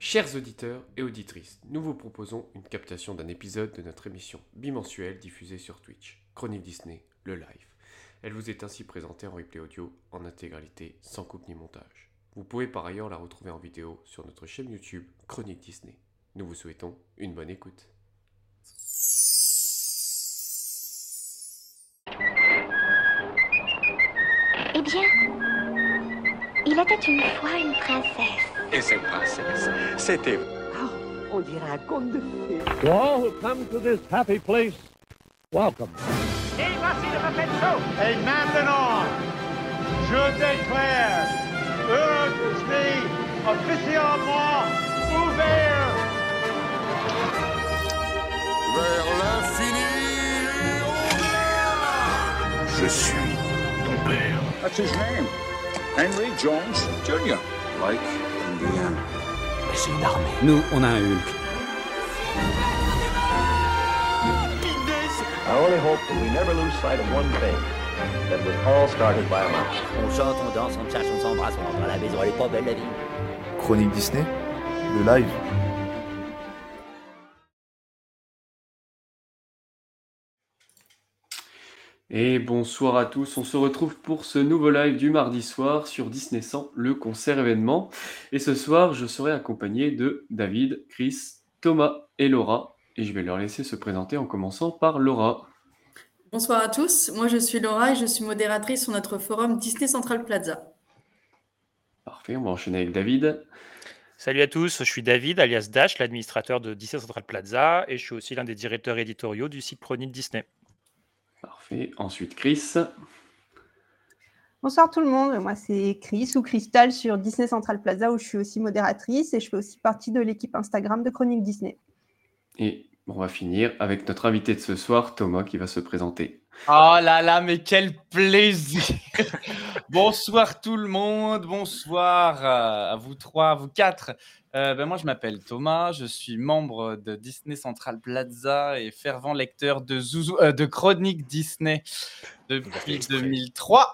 Chers auditeurs et auditrices, nous vous proposons une captation d'un épisode de notre émission bimensuelle diffusée sur Twitch, Chronique Disney, le live. Elle vous est ainsi présentée en replay audio en intégralité, sans coupe ni montage. Vous pouvez par ailleurs la retrouver en vidéo sur notre chaîne YouTube Chronique Disney. Nous vous souhaitons une bonne écoute. Eh bien, il était une fois une princesse. Et cette princesse, c'était... On dirait un conte de fées. To all who come to this happy place, welcome. Et voici le Muppet Show. Et maintenant, je déclare Euro Disney officiellement ouvert. Vers l'infini et au-delà. Je suis ton père. That's his name. Henry Jones Jr. Like Indiana. Mais c'est une armée. Nous, on a un Hulk. I only hope that we never lose sight of one thing, that was all started by a mouse. On chante, on danse, on cherche, on s'embrasse, on rentre à la maison, elle est pas belle la vie. Chronique Disney, le live. Et bonsoir à tous, on se retrouve pour ce nouveau live du mardi soir sur Disney 100, le concert événement. Et ce soir, je serai accompagné de David, Chris, Thomas et Laura. Et je vais leur laisser se présenter en commençant par Laura. Bonsoir à tous, moi je suis Laura et je suis modératrice sur notre forum Disney Central Plaza. Parfait, on va enchaîner avec David. Salut à tous, je suis David, alias Dash, l'administrateur de Disney Central Plaza, et je suis aussi l'un des directeurs éditoriaux du site Chronique Disney. Parfait, ensuite Chris. Bonsoir tout le monde, moi c'est Chris ou Crystal sur Disney Central Plaza où je suis aussi modératrice et je fais aussi partie de l'équipe Instagram de Chronique Disney. Et on va finir avec notre invité de ce soir, Thomas, qui va se présenter. Oh là là, mais quel plaisir. Bonsoir tout le monde, bonsoir à vous trois, à vous quatre. Moi, je m'appelle Thomas, je suis membre de Disney Central Plaza et fervent lecteur de Chronique Disney depuis 2003.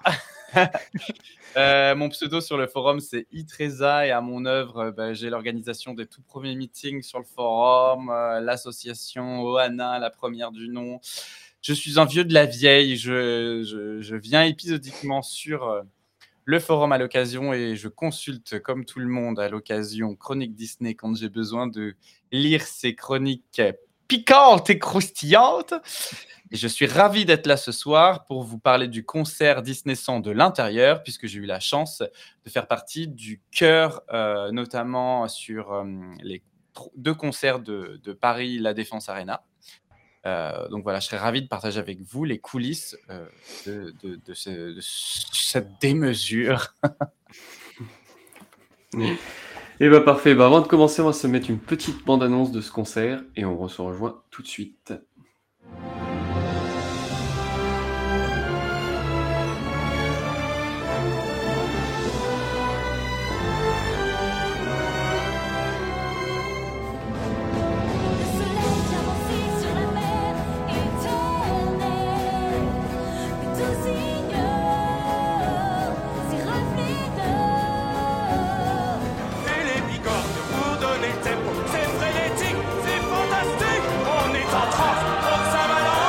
Mon pseudo sur le forum, c'est Itreza, et à mon œuvre, j'ai l'organisation des tout premiers meetings sur le forum, l'association Ohana, la première du nom. Je suis un vieux de la vieille, je viens épisodiquement sur le forum à l'occasion et je consulte comme tout le monde à l'occasion Chronique Disney quand j'ai besoin de lire ces chroniques piquantes et croustillantes. Et je suis ravi d'être là ce soir pour vous parler du concert Disney 100 de l'intérieur, puisque j'ai eu la chance de faire partie du chœur, notamment sur les 2 concerts de Paris La Défense Arena. Donc voilà, je serais ravi de partager avec vous les coulisses de cette démesure. Et bah parfait, avant de commencer, on va se mettre une petite bande-annonce de ce concert et on se rejoint tout de suite. C'est frénétique, c'est fantastique. On est en transe, on s'avale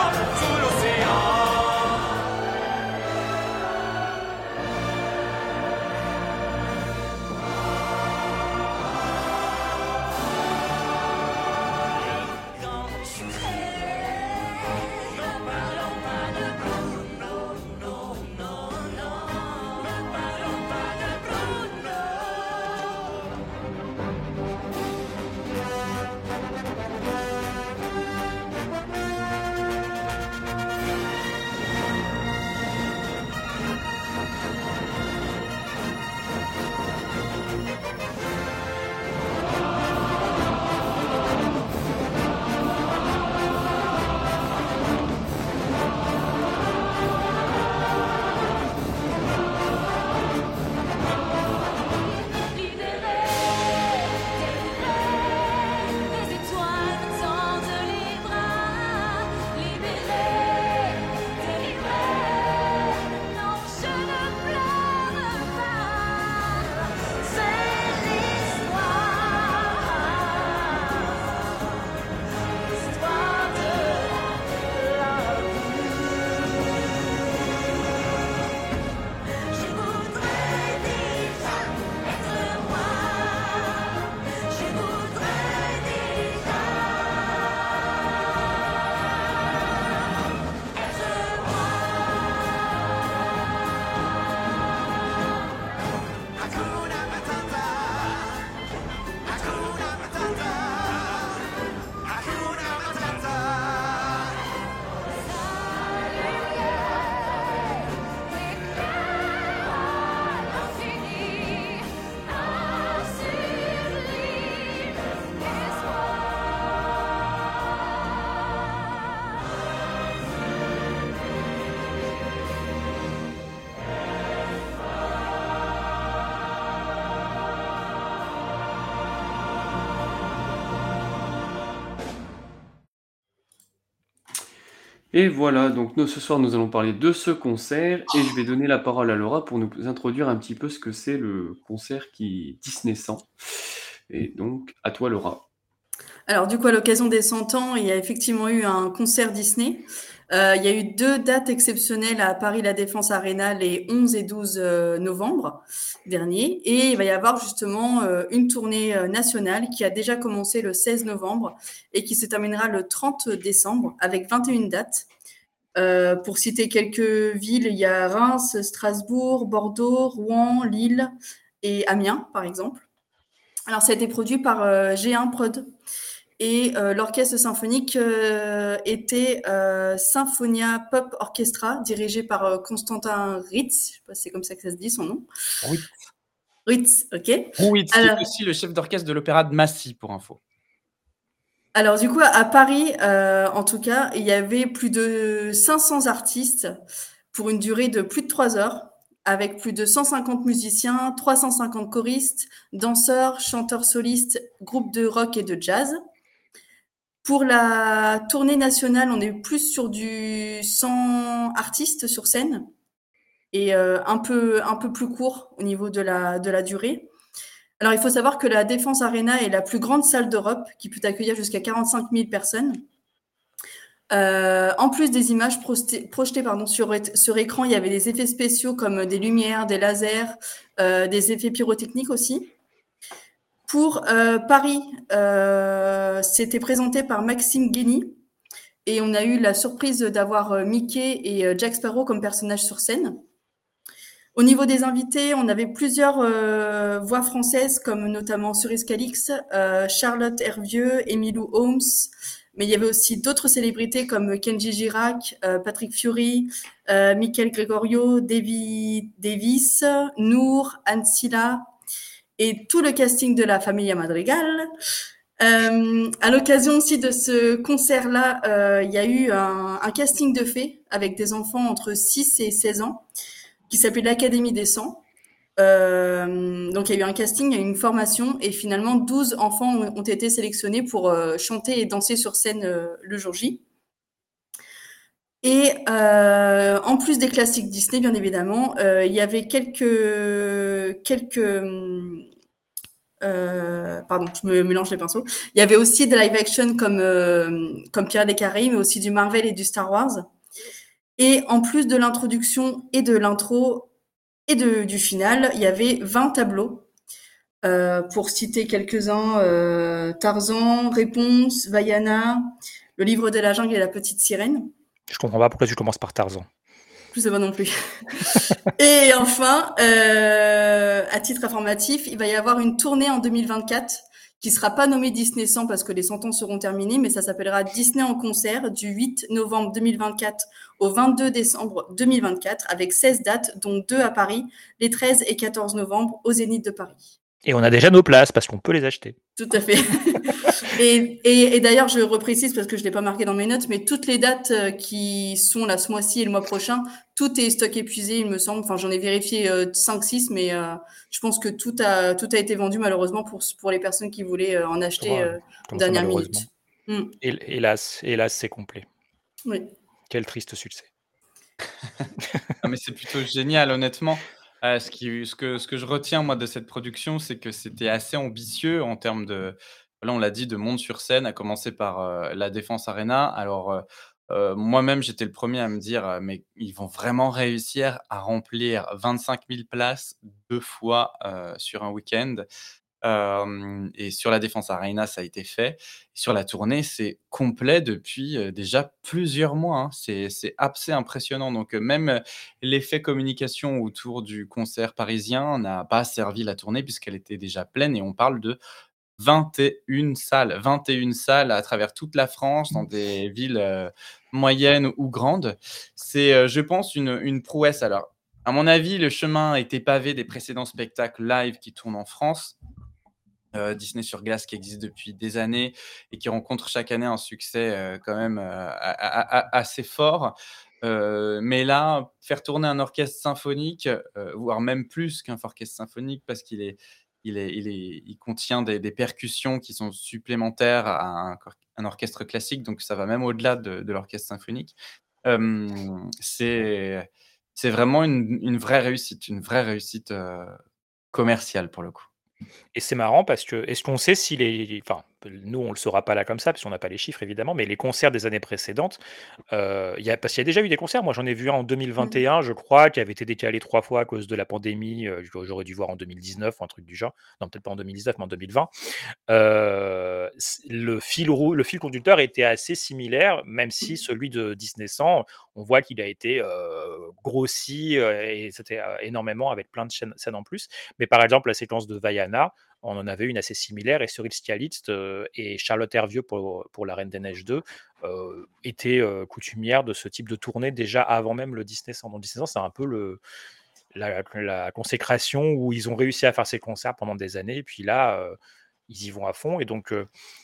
Et voilà, donc ce soir nous allons parler de ce concert et je vais donner la parole à Laura pour nous introduire un petit peu ce que c'est le concert qui Disney 100. Et donc à toi Laura. Alors du coup, à l'occasion des 100 ans, il y a effectivement eu un concert Disney. Il y a eu 2 dates exceptionnelles à Paris La Défense Arena les 11 et 12 novembre dernier. Et il va y avoir justement une tournée nationale qui a déjà commencé le 16 novembre et qui se terminera le 30 décembre avec 21 dates. Pour citer quelques villes, il y a Reims, Strasbourg, Bordeaux, Rouen, Lille et Amiens, par exemple. Alors, ça a été produit par G1 Prod. Et l'orchestre symphonique était Symphonia Pop Orchestra, dirigé par Constantin Ritz. Je sais pas si c'est comme ça que ça se dit son nom. Oui. Ritz, ok. Oui, qui est aussi le chef d'orchestre de l'opéra de Massy, pour info. Alors du coup, à Paris, en tout cas, il y avait plus de 500 artistes pour une durée de plus de 3 heures, avec plus de 150 musiciens, 350 choristes, danseurs, chanteurs solistes, groupes de rock et de jazz. Pour la tournée nationale, on est plus sur du 100 artistes sur scène et un peu plus court au niveau de la durée. Alors, il faut savoir que la Défense Arena est la plus grande salle d'Europe qui peut accueillir jusqu'à 45 000 personnes. En plus des images projetées sur écran, il y avait des effets spéciaux comme des lumières, des lasers, des effets pyrotechniques aussi. Pour Paris, c'était présenté par Maxime Guény et on a eu la surprise d'avoir Mickey et Jack Sparrow comme personnages sur scène. Au niveau des invités, on avait plusieurs voix françaises, comme notamment Cerise Calix, Charlotte Hervieux, Emilou Holmes, mais il y avait aussi d'autres célébrités comme Kenji Girac, Patrick Fiori, Michael Gregorio, Davy Davis, Nour, Anne Silla et tout le casting de la famille Madrigal. À l'occasion aussi de ce concert-là, il y a eu un casting de fées avec des enfants entre 6 et 16 ans qui s'appelait l'Académie des 100. Donc, il y a eu un casting, il y a eu une formation et finalement, 12 enfants ont été sélectionnés pour chanter et danser sur scène le jour J. Et en plus des classiques Disney, bien évidemment, il y avait pardon, je me mélange les pinceaux. Il y avait aussi des live action comme Pirates des Caraïbes, mais aussi du Marvel et du Star Wars. Et en plus de l'introduction et de l'intro et du final, il y avait 20 tableaux. Pour citer quelques-uns, Tarzan, Réponse, Vaiana, Le Livre de la Jungle et La Petite Sirène. Je comprends pas pourquoi tu commences par Tarzan. Je sais pas non plus. Et enfin, à titre informatif, il va y avoir une tournée en 2024 qui sera pas nommée Disney 100 parce que les 100 ans seront terminés, mais ça s'appellera Disney en concert du 8 novembre 2024 au 22 décembre 2024 avec 16 dates, dont 2 à Paris, les 13 et 14 novembre au Zénith de Paris. Et on a déjà nos places parce qu'on peut les acheter. Tout à fait. Et d'ailleurs, je reprécise parce que je ne l'ai pas marqué dans mes notes, mais toutes les dates qui sont là ce mois-ci et le mois prochain, tout est stock épuisé, il me semble. Enfin, j'en ai vérifié 5-6, mais je pense que tout a été vendu malheureusement pour les personnes qui voulaient en acheter en dernière minute. Hélas, c'est complet. Oui. Quel triste succès. Non, mais c'est plutôt génial, honnêtement. Ce que je retiens, moi, de cette production, c'est que c'était assez ambitieux en termes de, là, on l'a dit, de monde sur scène, à commencer par la Défense Arena. Alors, moi-même, j'étais le premier à me dire, mais ils vont vraiment réussir à remplir 25 000 places 2 fois sur un week-end. Et sur la Défense Arena, ça a été fait. Sur la tournée, c'est complet depuis déjà plusieurs mois, hein. C'est assez impressionnant. Donc, même l'effet communication autour du concert parisien n'a pas servi la tournée puisqu'elle était déjà pleine et on parle de 21 salles à travers toute la France, dans des villes moyennes ou grandes. C'est, je pense, une prouesse. Alors, à mon avis, le chemin a été pavé des précédents spectacles live qui tournent en France. Disney sur glace qui existe depuis des années et qui rencontre chaque année un succès quand même assez fort. Mais là, faire tourner un orchestre symphonique, voire même plus qu'un orchestre symphonique parce qu'il contient des percussions qui sont supplémentaires à un orchestre classique, donc ça va même au-delà de l'orchestre symphonique. C'est vraiment une vraie réussite, commerciale pour le coup. Et c'est marrant parce que est-ce qu'on sait si enfin, nous, on le saura pas là comme ça, parce qu'on n'a pas les chiffres évidemment, mais les concerts des années précédentes, parce qu'il y a déjà eu des concerts. Moi, j'en ai vu un en 2021, je crois, qui avait été décalé 3 fois à cause de la pandémie, j'aurais dû voir en 2019 ou un truc du genre. Non, peut-être pas en 2019, mais en 2020. Le fil conducteur était assez similaire, même si celui de Disney 100, on voit qu'il a été, grossi, et c'était, énormément avec plein de scènes en plus. Mais par exemple, la séquence de Vaiana, on en avait une assez similaire et Cyril Stialitz, et Charlotte Hervieux pour La Reine des Neiges 2, étaient, coutumières de ce type de tournée déjà avant même le Disney 100. Donc Disney 100, c'est un peu la consécration où ils ont réussi à faire ces concerts pendant des années et puis là, ils y vont à fond et donc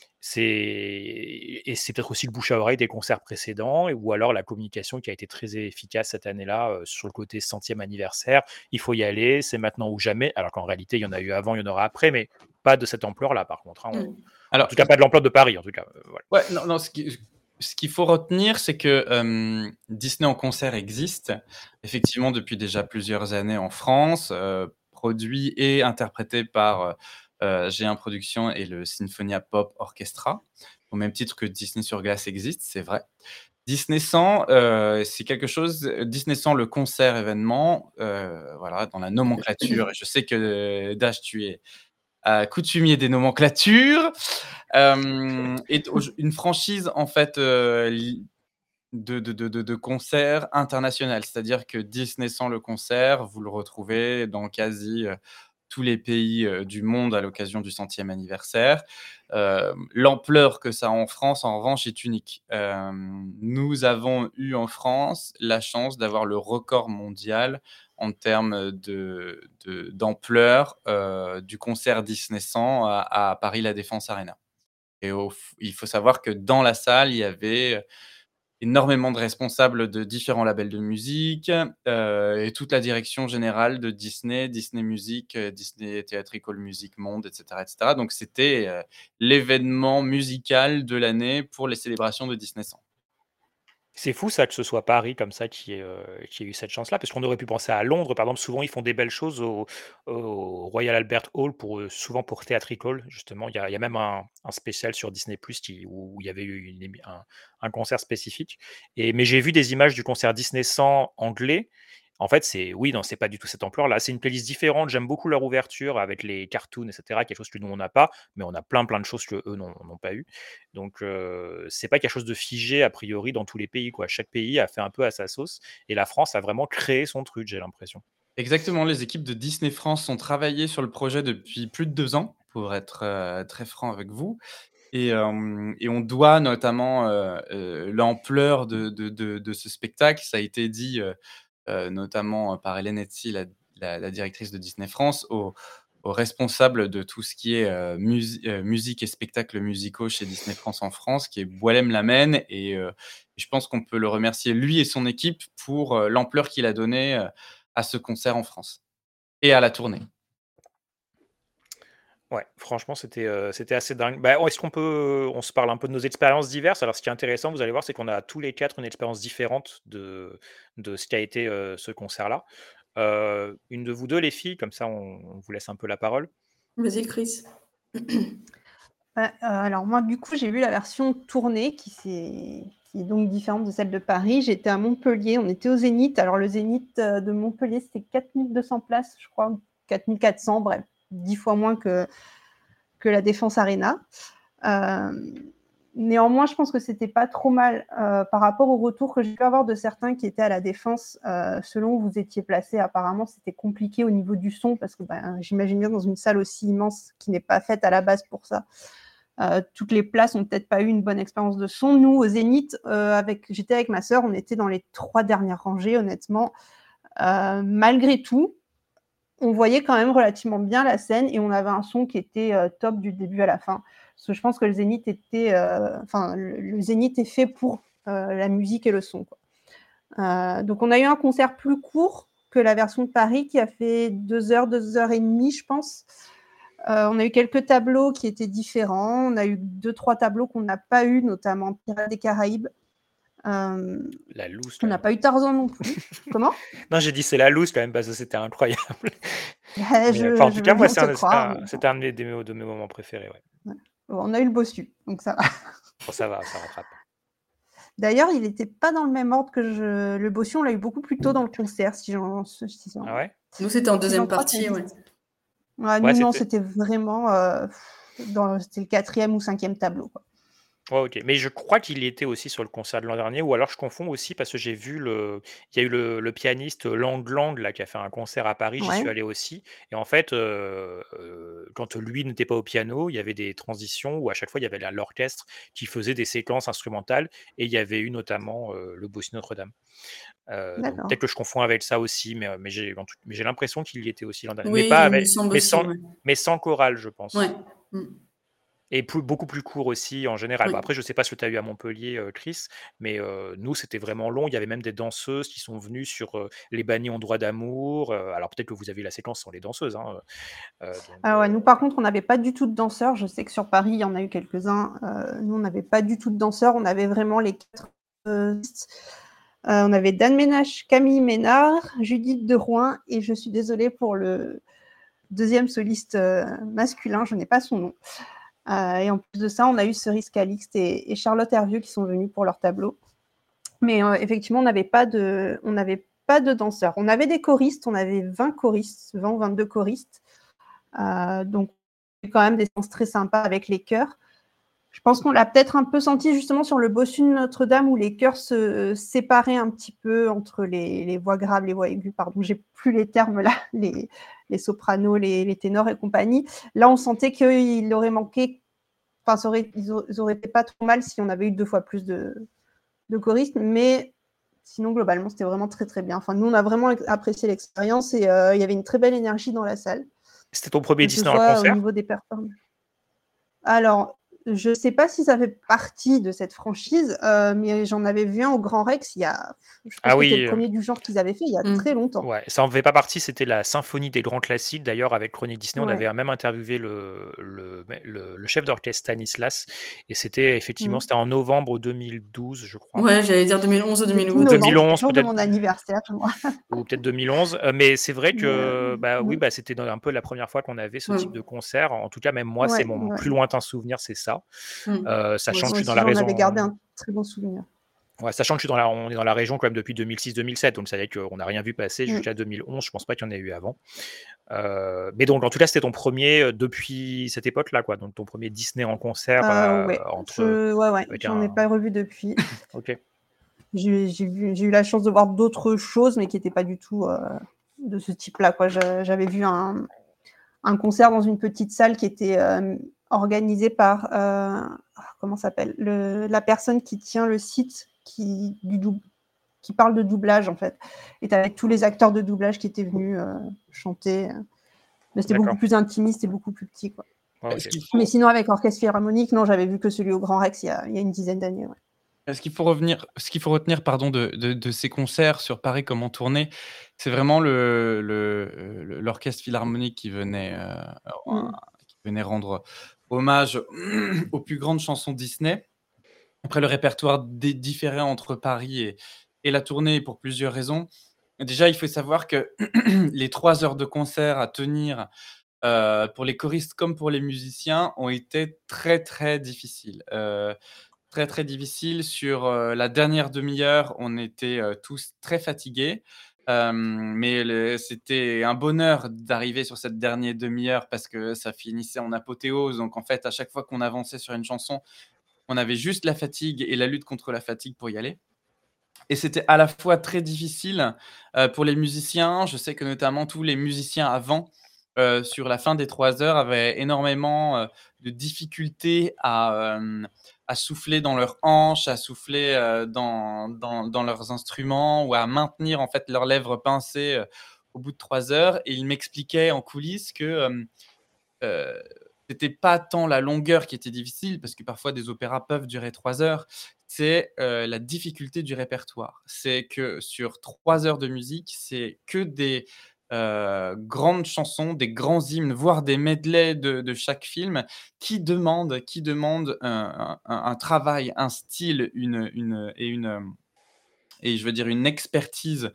c'est peut-être aussi le bouche à oreille des concerts précédents ou alors la communication qui a été très efficace cette année-là, sur le côté 100e anniversaire. Il faut y aller, c'est maintenant ou jamais, alors qu'en réalité, il y en a eu avant, il y en aura après, mais pas de cette ampleur-là par contre, hein. En tout cas, pas de l'ampleur de Paris, en tout cas, voilà. Ouais, non, ce qu'il faut retenir, c'est que Disney en concert existe effectivement depuis déjà plusieurs années en France, produit et interprété par G1 Productions et le Sinfonia Pop Orchestra, au même titre que Disney sur glace existe, c'est vrai. Disney 100, c'est quelque chose. Disney 100, le concert événement, voilà, dans la nomenclature. Et je sais que Dash, tu es coutumier des nomenclatures, est une franchise en fait de concert international. C'est-à-dire que Disney 100, le concert, vous le retrouvez dans quasi tous les pays du monde à l'occasion du 100e anniversaire. L'ampleur que ça a en France, en revanche, est unique. Nous avons eu en France la chance d'avoir le record mondial en termes d'ampleur du concert Disney 100 à Paris La Défense Arena. Et il faut savoir que dans la salle, il y avait énormément de responsables de différents labels de musique et toute la direction générale de Disney, Disney Music, Disney Theatrical Music Monde, etc. etc. Donc, c'était l'événement musical de l'année pour les célébrations de Disney 100. C'est fou ça que ce soit Paris comme ça qui ait eu cette chance-là, parce qu'on aurait pu penser à Londres, par exemple. Souvent, ils font des belles choses au Royal Albert Hall, souvent pour Theatrical, justement. Il y a même un spécial sur Disney+, où il y avait eu un concert spécifique. Mais j'ai vu des images du concert Disney 100 anglais. En fait, non, c'est pas du tout cette ampleur-là. C'est une playlist différente. J'aime beaucoup leur ouverture avec les cartoons, etc. Quelque chose que nous, on n'a pas, mais on a plein de choses que eux n'ont pas eu. Donc, c'est pas quelque chose de figé, a priori, dans tous les pays, quoi. Chaque pays a fait un peu à sa sauce. Et la France a vraiment créé son truc, j'ai l'impression. Exactement. Les équipes de Disney France ont travaillé sur le projet depuis plus de 2 ans, pour être très franc avec vous. Et on doit notamment l'ampleur de ce spectacle. Ça a été dit notamment par Hélène Etzi, la directrice de Disney France, aux responsables de tout ce qui est musique et spectacles musicaux chez Disney France en France, qui est Boilem Lamène. Et je pense qu'on peut le remercier, lui et son équipe, pour l'ampleur qu'il a donnée à ce concert en France et à la tournée. Ouais, franchement, c'était assez dingue. Est-ce on se parle un peu de nos expériences diverses? Alors, ce qui est intéressant, vous allez voir, c'est qu'on a tous les 4 une expérience différente de ce qu'a été ce concert-là. Une de vous deux, les filles, comme ça, on vous laisse un peu la parole. Vas-y, Chris. Alors moi, du coup, j'ai vu la version tournée qui est donc différente de celle de Paris. J'étais à Montpellier, on était au Zénith. Alors le Zénith de Montpellier, c'était 4200 places, je crois, 4400, bref, 10 fois moins que la Défense Arena. Néanmoins, je pense que c'était pas trop mal par rapport au retour que j'ai pu avoir de certains qui étaient à la Défense. Selon où vous étiez placés, apparemment, c'était compliqué au niveau du son parce que j'imagine bien dans une salle aussi immense qui n'est pas faite à la base pour ça. Toutes les places n'ont peut-être pas eu une bonne expérience de son. Nous, au Zénith, j'étais avec ma sœur, on était dans les 3 dernières rangées, honnêtement. Malgré tout, on voyait quand même relativement bien la scène et on avait un son qui était top du début à la fin. Parce que je pense que le Zénith le Zénith est fait pour la musique et le son, quoi. Donc on a eu un concert plus court que la version de Paris qui a fait 2 heures, 2 heures et demie, je pense. On a eu quelques tableaux qui étaient différents. On a eu 2-3 tableaux qu'on n'a pas eu, notamment Pirates des Caraïbes. La loose, On quand n'a même. pas eu Tarzan non plus. Comment? Non, j'ai dit c'est la loose quand même parce que c'était incroyable. Ouais, Mais, enfin, en je tout veux cas, moi, bien te croire, mais bon. c'était un de mes moments préférés. Ouais. Ouais. Bon, on a eu le bossu, donc ça va. Bon, ça va, ça rattrape. D'ailleurs, il n'était pas dans le même ordre que le bossu. On l'a eu beaucoup plus tôt dans le concert, Ah ouais? Nous, c'était en si deuxième j'en crois, partie, ça ouais. existe. Ouais, Ouais, nous, non, c'était. c'était vraiment c'était le 4e ou 5e tableau, quoi. Ouais, ok. Mais je crois qu'il y était aussi sur le concert de l'an dernier, ou alors je confonds aussi parce que j'ai vu il y a eu le pianiste Lang Lang là, qui a fait un concert à Paris, j'y suis Ouais. allé aussi. Et en fait, quand lui n'était pas au piano, il y avait des transitions où à chaque fois il y avait l'orchestre qui faisait des séquences instrumentales, et il y avait eu notamment le Bossu Notre-Dame. Donc D'accord. peut-être que je confonds avec ça aussi, mais j'ai l'impression qu'il y était aussi l'an dernier. Oui, Mais pas il me avec, semble mais aussi, sans, ouais. mais sans chorale, je pense. Ouais. Mm. Et beaucoup plus court aussi en général. Oui. Bon, après, je ne sais pas ce que tu as eu à Montpellier, Chris, mais nous, c'était vraiment long. Il y avait même des danseuses qui sont venues sur Les bannis ont droit d'amour. Alors peut-être que vous avez la séquence sans les danseuses. Hein, Ah ouais, nous, par contre, on n'avait pas du tout de danseurs. Je sais que sur Paris, il y en a eu quelques-uns. Nous, on n'avait pas du tout de danseurs. On avait vraiment les 4 on avait Dan Ménage, Camille Ménard, Judith de Rouen, et je suis désolée pour le deuxième soliste masculin, je n'ai pas son nom. Et en plus de ça, on a eu Cerise Calixte et Charlotte Hervieux qui sont venus pour leur tableau. Mais effectivement, on n'avait pas de danseurs. On avait des choristes, on avait 20 choristes, 20 ou 22 choristes. Donc, quand même des séances très sympas avec les chœurs. Je pense qu'on l'a peut-être un peu senti justement sur le Bossu de Notre-Dame où les chœurs se séparaient un petit peu entre les voix graves, les voix aiguës, pardon, j'ai plus les termes là, les sopranos, les ténors et compagnie. Là, on sentait qu'il aurait manqué, enfin, ils auraient été pas trop mal si on avait eu 2 fois plus de choristes, mais sinon, globalement, c'était vraiment très très bien. Enfin, nous, on a vraiment apprécié l'expérience et il y avait une très belle énergie dans la salle. C'était ton premier Que ce Disney en soit concert? au niveau des performances. Alors, je ne sais pas si ça fait partie de cette franchise, mais j'en avais vu un au Grand Rex il y a, je pense que c'était le premier du genre qu'ils avaient fait il y a très longtemps. Ouais, ça en faisait pas partie, c'était la symphonie des grands classiques. D'ailleurs, avec Chronique Disney, on Ouais. avait même interviewé le chef d'orchestre Stanislas, et c'était effectivement, c'était en novembre 2012, je crois. Ouais, j'allais dire 2011 ou 2012. 2011 jour de peut-être. mon anniversaire, moi. Ou peut-être 2011, mais c'est vrai que oui, c'était un peu la première fois qu'on avait ce type de concert. En tout cas, même moi, c'est mon plus lointain souvenir, c'est ça. Sachant que je suis dans la région. On région. avait gardé un très bon souvenir. Ouais, sachant que on est dans la région quand même depuis 2006-2007, donc ça veut dire qu'on n'a rien vu passer jusqu'à 2011. Je pense pas qu'il y en ait eu avant. Mais donc, en tout cas, c'était ton premier depuis cette époque-là, quoi. Donc ton premier Disney en concert. Ouais. J'en ai pas revu depuis. Ok. J'ai eu la chance de voir d'autres choses, mais qui n'étaient pas du tout de ce type-là, quoi. J'avais vu un concert dans une petite salle qui était organisée par comment s'appelle la personne qui tient le site qui parle de doublage, en fait. Et avec tous les acteurs de doublage qui étaient venus chanter. Mais c'était beaucoup plus intimiste et beaucoup plus petit, quoi. Okay. Mais sinon, avec Orchestre Philharmonique, non, j'avais vu que celui au Grand Rex il y a une dizaine d'années. Ouais. Ce qu'il faut retenir de ces concerts sur Paris comme en tournée, c'est vraiment l'Orchestre Philharmonique qui venait rendre hommage aux plus grandes chansons Disney. Après, le répertoire différait entre Paris et la tournée pour plusieurs raisons. Déjà, il faut savoir que les 3 heures de concert à tenir pour les choristes comme pour les musiciens ont été très, très difficiles. Très, très difficiles. Sur la dernière demi-heure, on était tous très fatigués. Mais c'était un bonheur d'arriver sur cette dernière demi-heure parce que ça finissait en apothéose. Donc, en fait, à chaque fois qu'on avançait sur une chanson, on avait juste la fatigue et la lutte contre la fatigue pour y aller. Et c'était à la fois très difficile pour les musiciens. Je sais que notamment tous les musiciens avant, sur la fin des 3 heures, avaient énormément de difficultés à souffler dans leurs hanches, à souffler dans leurs instruments ou à maintenir en fait leurs lèvres pincées au bout de 3 heures. Et ils m'expliquaient en coulisses que c'était pas tant la longueur qui était difficile, parce que parfois des opéras peuvent durer 3 heures, c'est la difficulté du répertoire. C'est que sur 3 heures de musique, c'est que des grandes chansons, des grands hymnes, voire des medleys de chaque film qui demandent un travail, un style, une et je veux dire une expertise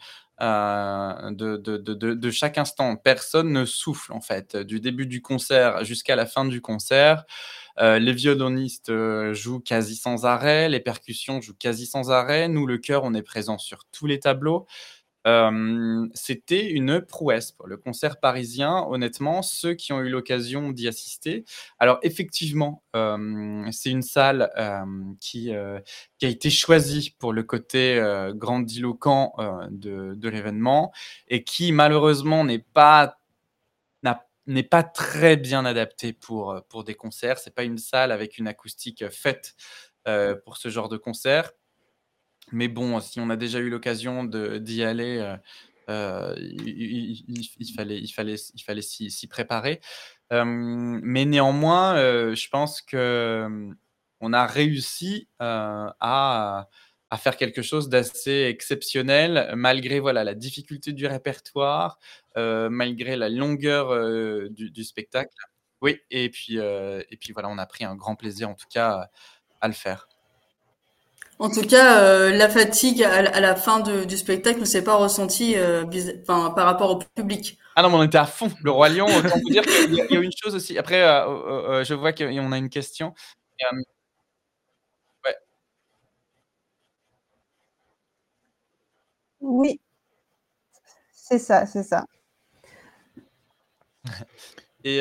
de chaque instant. Personne ne souffle, en fait, du début du concert jusqu'à la fin du concert. Les violonistes jouent quasi sans arrêt, les percussions jouent quasi sans arrêt. Nous, le chœur, on est présent sur tous les tableaux. C'était une prouesse pour le concert parisien, honnêtement, ceux qui ont eu l'occasion d'y assister. Alors effectivement, c'est une salle qui a été choisie pour le côté grandiloquent de l'événement et qui malheureusement n'est pas très bien adaptée pour des concerts. C'est pas une salle avec une acoustique faite pour ce genre de concert. Mais bon, si on a déjà eu l'occasion d'y aller, il fallait s'y préparer. Mais néanmoins, je pense qu'on a réussi à faire quelque chose d'assez exceptionnel, malgré la difficulté du répertoire, malgré la longueur du spectacle. Oui, et puis voilà, on a pris un grand plaisir, en tout cas, à le faire. En tout cas, la fatigue à la fin du spectacle ne s'est pas ressentie par rapport au public. Ah non, mais on était à fond. Le Roi Lion, autant vous dire qu'il y a une chose aussi. Après, je vois qu'on a une question. Ouais. Oui, c'est ça. Et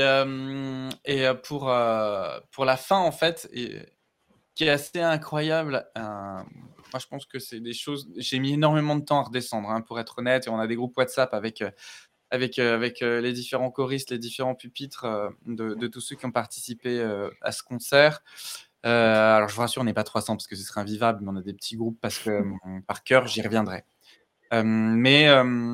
pour la fin, en fait, qui est assez incroyable. Moi, je pense que c'est des choses. J'ai mis énormément de temps à redescendre, pour être honnête. Et on a des groupes WhatsApp avec les différents choristes, les différents pupitres de tous ceux qui ont participé à ce concert. Alors, je vous rassure, on n'est pas 300 parce que ce serait invivable, mais on a des petits groupes parce que par cœur, j'y reviendrai. Mais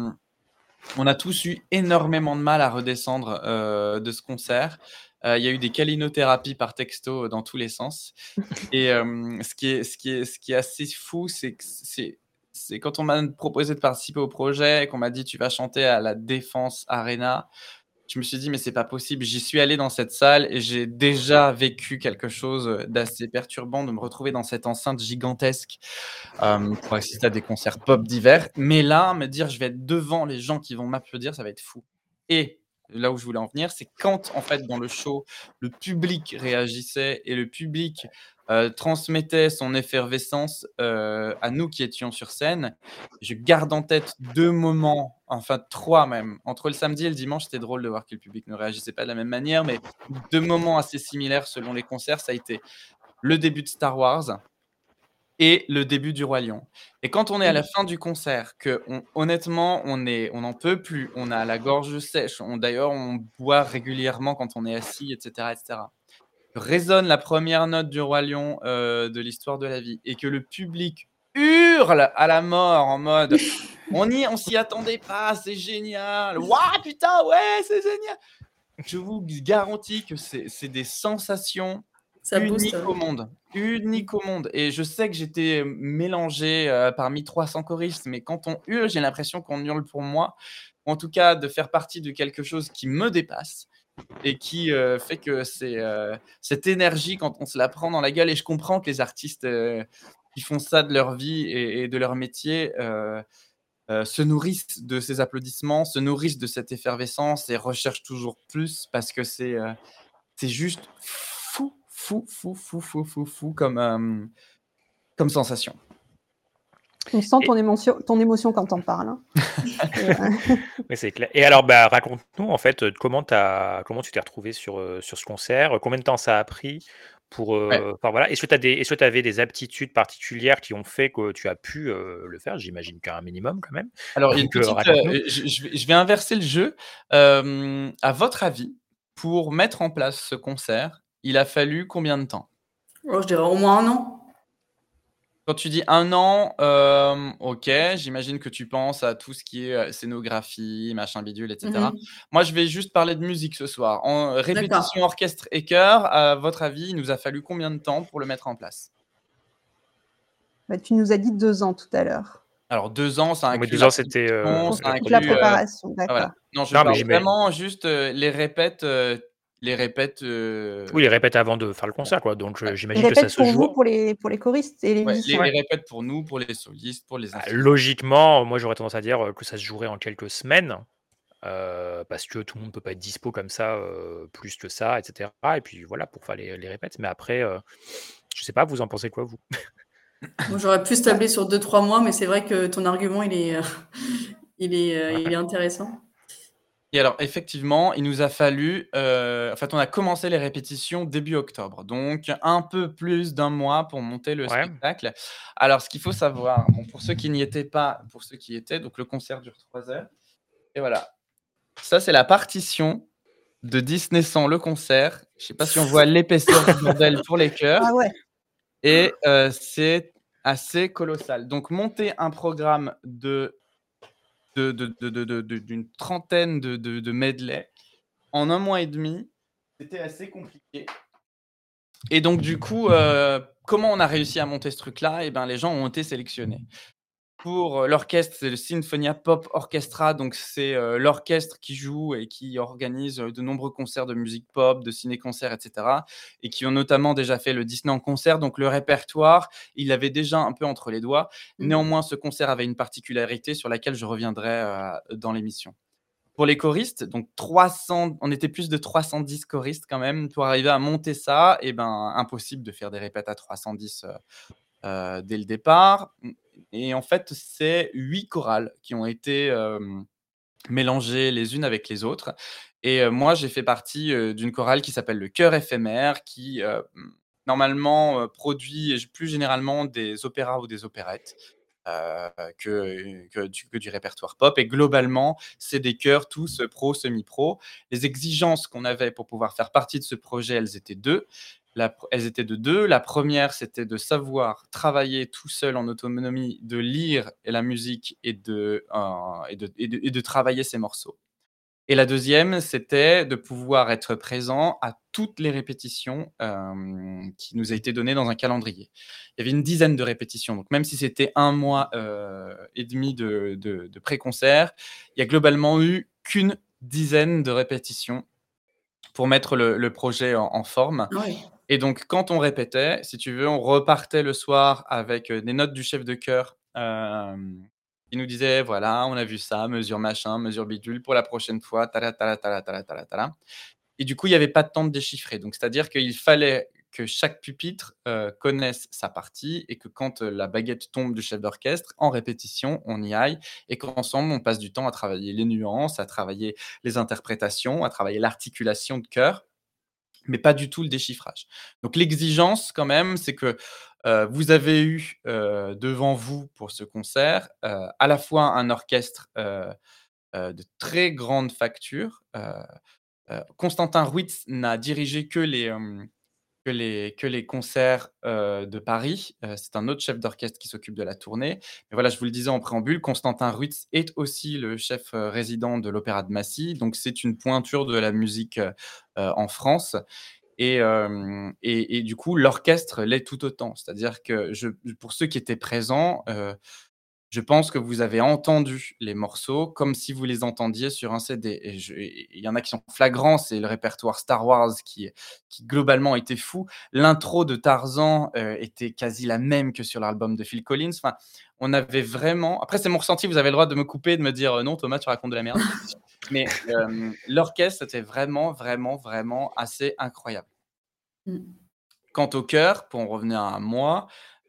on a tous eu énormément de mal à redescendre de ce concert. Il y a eu des câlinothérapies par texto dans tous les sens. Et ce qui est assez fou, c'est quand on m'a proposé de participer au projet et qu'on m'a dit tu vas chanter à la Défense Arena, je me suis dit mais c'est pas possible. J'y suis allé dans cette salle et j'ai déjà vécu quelque chose d'assez perturbant de me retrouver dans cette enceinte gigantesque pour assister à des concerts pop divers. Mais là, me dire je vais être devant les gens qui vont m'applaudir, ça va être fou. Et là où je voulais en venir, c'est quand, en fait, dans le show, le public réagissait et le public transmettait son effervescence à nous qui étions sur scène. Je garde en tête 2 moments, enfin 3 même. Entre le samedi et le dimanche, c'était drôle de voir que le public ne réagissait pas de la même manière, mais 2 moments assez similaires selon les concerts, ça a été le début de Star Wars et le début du Roi Lion. Et quand on est à la fin du concert, honnêtement, on n'en peut plus, on a la gorge sèche, d'ailleurs, on boit régulièrement quand on est assis, etc. Résonne la première note du Roi Lion de l'histoire de la vie, et que le public hurle à la mort en mode « on s'y attendait pas, c'est génial, waouh, putain, ouais, c'est génial !» Je vous garantis que c'est des sensations uniques au monde. Unique au monde. Et je sais que j'étais mélangé parmi 300 choristes, mais quand on hurle, j'ai l'impression qu'on hurle pour moi, ou en tout cas de faire partie de quelque chose qui me dépasse et qui fait que c'est cette énergie quand on se la prend dans la gueule. Et je comprends que les artistes qui font ça de leur vie et de leur métier se nourrissent de ces applaudissements, se nourrissent de cette effervescence et recherchent toujours plus parce que c'est juste fou comme sensation. On sent ton émotion quand on parle. Oui, c'est clair. Et alors, raconte-nous en fait comment tu t'es retrouvé sur ce concert, combien de temps ça a pris pour. Voilà. Est-ce que tu avais des aptitudes particulières qui ont fait que tu as pu le faire? J'imagine qu'un minimum quand même. Alors, je vais inverser le jeu. À votre avis, pour mettre en place ce concert, il a fallu combien de temps? Je dirais au moins 1 an. Quand tu dis 1 an, ok, j'imagine que tu penses à tout ce qui est scénographie, machin bidule, etc. Moi, je vais juste parler de musique ce soir. En répétition, orchestre et chœur, à votre avis, il nous a fallu combien de temps pour le mettre en place? Tu nous as dit 2 ans tout à l'heure. Alors 2 ans, ça inclut 2 ans, c'était la préparation, d'accord. Voilà. Non, je parle vraiment juste les répètes les répètes. Oui, les répètes avant de faire le concert, quoi. Donc, Ouais. j'imagine Les que ça répètes se pour joue. vous, pour les choristes et les Ouais, musiciens. les répètes pour nous, pour les solistes, pour les instruments. Logiquement, moi, j'aurais tendance à dire que ça se jouerait en quelques semaines. Parce que tout le monde peut pas être dispo comme ça, plus que ça, etc. Et puis voilà, pour faire les répètes. Mais après, je sais pas, vous en pensez quoi, vous? Moi, j'aurais plus tablé sur 2-3 mois, mais c'est vrai que ton argument, il est intéressant. Et alors, effectivement, il nous a fallu. En fait, on a commencé les répétitions début octobre. Donc, un peu plus d'un mois pour monter le Ouais. spectacle. Alors, ce qu'il faut savoir, bon, pour ceux qui n'y étaient pas, pour ceux qui y étaient, donc le concert dure 3 heures. Et voilà. Ça, c'est la partition de Disney sans le concert. Je sais pas si on voit l'épaisseur du bordel pour les chœurs. Ah ouais. Et c'est assez colossal. Donc, monter un programme d'une trentaine de medley en un mois et demi, c'était assez compliqué. Et donc, du coup, comment on a réussi à monter ce truc-là? Eh ben, les gens ont été sélectionnés. Pour l'orchestre, c'est le Sinfonia Pop Orchestra, donc c'est l'orchestre qui joue et qui organise de nombreux concerts de musique pop, de ciné-concerts, etc. Et qui ont notamment déjà fait le Disney en concert, donc le répertoire, il l'avait déjà un peu entre les doigts. Néanmoins, ce concert avait une particularité sur laquelle je reviendrai dans l'émission. Pour les choristes, donc 300, on était plus de 310 choristes quand même. Pour arriver à monter ça, eh ben, impossible de faire des répètes à 310 dès le départ. Et en fait, c'est 8 chorales qui ont été mélangées les unes avec les autres. Et moi, j'ai fait partie d'une chorale qui s'appelle le Chœur éphémère, qui normalement produit plus généralement des opéras ou des opérettes. Que du répertoire pop. Et globalement, c'est des chœurs tous pro, semi-pro. Les exigences qu'on avait pour pouvoir faire partie de ce projet, elles étaient deux. Elles étaient de deux. La première, c'était de savoir travailler tout seul en autonomie, de lire la musique et de travailler ses morceaux. Et la deuxième, c'était de pouvoir être présent à toutes les répétitions qui nous a été données dans un calendrier. Il y avait une dizaine de répétitions, donc même si c'était 1 mois et demi de pré-concert, il y a globalement eu qu'une dizaine de répétitions pour mettre le projet en forme. Oui. Et donc, quand on répétait, si tu veux, on repartait le soir avec des notes du chef de chœur. Il nous disait, voilà, on a vu ça, mesure machin, mesure bidule, pour la prochaine fois, tala, tala, tala, tala, tala, tala. Et du coup, il n'y avait pas de temps de déchiffrer. Donc, c'est-à-dire qu'il fallait que chaque pupitre connaisse sa partie et que quand la baguette tombe du chef d'orchestre, en répétition, on y aille et qu'ensemble, on passe du temps à travailler les nuances, à travailler les interprétations, à travailler l'articulation de chœur, mais pas du tout le déchiffrage. Donc, l'exigence, quand même, c'est que vous avez eu devant vous pour ce concert à la fois un orchestre de très grande facture. Constantin Ruiz n'a dirigé que les concerts de Paris. C'est un autre chef d'orchestre qui s'occupe de la tournée. Mais voilà, je vous le disais en préambule, Constantin Ruiz est aussi le chef résident de l'Opéra de Massy. Donc, c'est une pointure de la musique en France. Et du coup, l'orchestre l'est tout autant. C'est-à-dire que pour ceux qui étaient présents, je pense que vous avez entendu les morceaux comme si vous les entendiez sur un CD. Et il y en a qui sont flagrants, c'est le répertoire Star Wars qui globalement était fou. L'intro de Tarzan était quasi la même que sur l'album de Phil Collins. Enfin, on avait vraiment... Après, c'est mon ressenti, vous avez le droit de me couper, de me dire non, Thomas, tu racontes de la merde. Mais l'orchestre, c'était vraiment, vraiment, vraiment assez incroyable. Quant au chœur, pour en revenir à moi,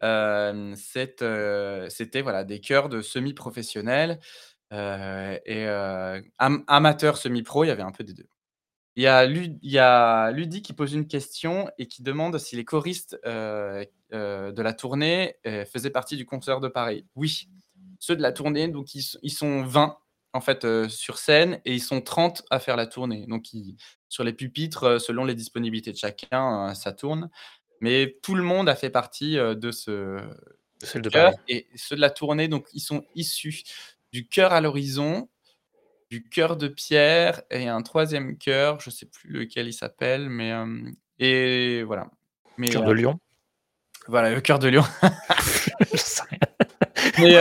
c'était voilà, des chœurs de semi-professionnels et amateurs semi-pro, il y avait un peu des deux. Il y a Ludi qui pose une question et qui demande si les choristes de la tournée faisaient partie du concert de Paris. Oui, ceux de la tournée, donc ils sont 20 en fait sur scène et ils sont 30 à faire la tournée. Donc sur les pupitres, selon les disponibilités de chacun, ça tourne. Mais tout le monde a fait partie de ce chœur. Et ceux de la tournée, donc ils sont issus du Chœur à l'horizon, du Chœur de Pierre et un troisième chœur, je ne sais plus lequel il s'appelle, mais et voilà. Chœur de Lyon. Voilà, le Chœur de Lyon. Mais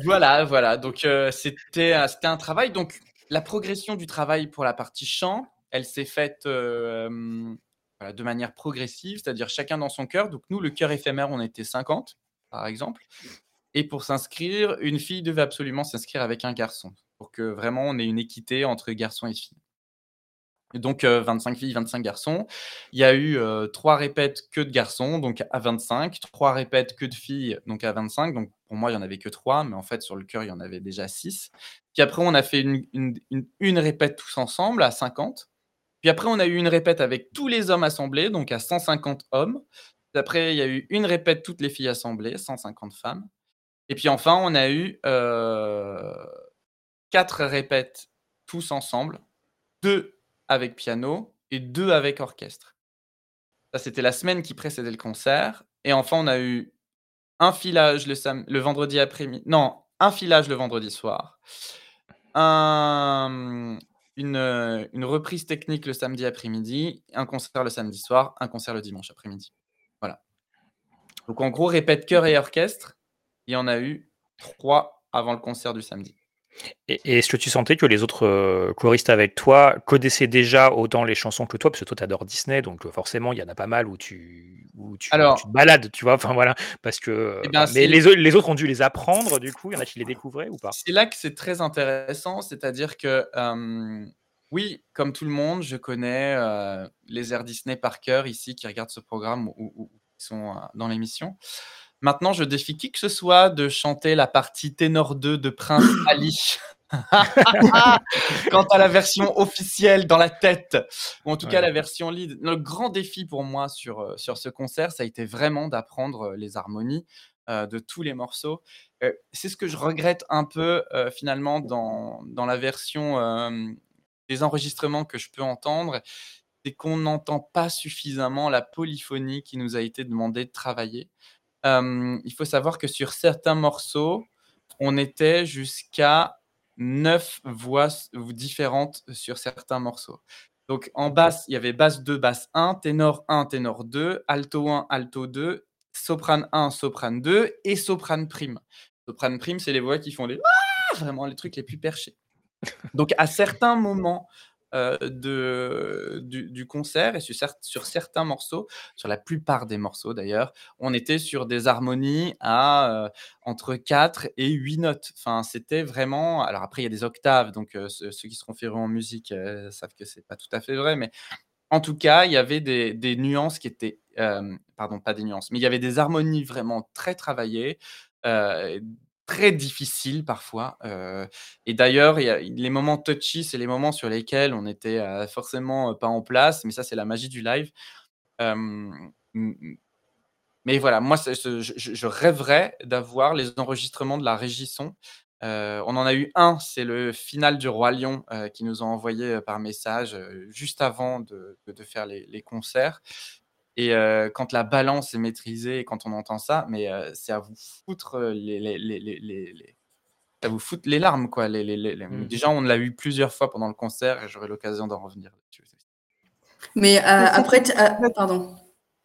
voilà. Donc c'était un travail. Donc la progression du travail pour la partie chant, elle s'est faite voilà, de manière progressive, c'est-à-dire chacun dans son chœur. Donc nous, le chœur éphémère, on était 50, par exemple. Et pour s'inscrire, une fille devait absolument s'inscrire avec un garçon, pour que vraiment on ait une équité entre garçons et filles. Et donc 25 filles, 25 garçons. Il y a eu 3 répètes que de garçons, donc à 25, 3 répètes que de filles, donc à 25. Donc pour moi, il n'y en avait que 3, mais en fait, sur le chœur, il y en avait déjà 6. Puis après, on a fait une répète tous ensemble à 50. Puis après, on a eu une répète avec tous les hommes assemblés, donc à 150 hommes. Puis après, il y a eu une répète toutes les filles assemblées, 150 femmes. Et puis enfin, on a eu 4 répètes tous ensemble, 2 avec piano et 2 avec orchestre. Ça, c'était la semaine qui précédait le concert. Et enfin, on a eu un filage le vendredi après-midi. Non, un filage le vendredi soir. Une reprise technique le samedi après-midi, un concert le samedi soir, un concert le dimanche après-midi. Voilà. Donc en gros, répète chœur et orchestre, il y en a eu 3 avant le concert du samedi. Et est-ce que tu sentais que les autres choristes avec toi connaissaient déjà autant les chansons que toi? Parce que toi, tu adores Disney, donc forcément, il y en a pas mal où tu te balades, tu vois? Enfin voilà, parce que mais les autres ont dû les apprendre, du coup, il y en a qui les découvraient ou pas? C'est là que c'est très intéressant, c'est-à-dire que, oui, comme tout le monde, je connais les airs Disney par cœur ici, qui regardent ce programme ou qui sont dans l'émission. Maintenant, je défie qui que ce soit de chanter la partie ténor 2 de Prince Ali. Quant à la version officielle dans la tête, ou en tout cas la version lead. Le grand défi pour moi sur ce concert, ça a été vraiment d'apprendre les harmonies de tous les morceaux. C'est ce que je regrette un peu finalement dans la version des enregistrements que je peux entendre, c'est qu'on n'entend pas suffisamment la polyphonie qui nous a été demandé de travailler. Il faut savoir que sur certains morceaux, on était jusqu'à 9 voix différentes sur certains morceaux. Donc en basse, il y avait basse 2, basse 1, ténor 1, ténor 2, alto 1, alto 2, soprane 1, soprane 2 et soprane prime. Soprane prime, c'est les voix qui font les vraiment les trucs les plus perchés. Donc à certains moments du concert et sur certains morceaux, sur la plupart des morceaux d'ailleurs, on était sur des harmonies à entre 4 et 8 notes. Enfin, c'était vraiment. Alors après, il y a des octaves, donc ceux qui seront férus en musique savent que c'est pas tout à fait vrai, mais en tout cas, il y avait des nuances qui étaient. Pardon, pas des nuances, mais il y avait des harmonies vraiment très travaillées. Très difficile parfois. Et d'ailleurs, il y a les moments touchy, c'est les moments sur lesquels on était forcément pas en place, mais ça, c'est la magie du live. Mais voilà, moi, je rêverais d'avoir les enregistrements de la régie son. On en a eu un, c'est le final du Roi Lion qui nous ont envoyé par message juste avant de faire les concerts. Et quand la balance est maîtrisée et quand on entend ça, mais c'est à vous foutre à vous foutre les larmes, quoi. Déjà, on l'a eu plusieurs fois pendant le concert et j'aurai l'occasion d'en revenir là-dessus. Mais après, pardon.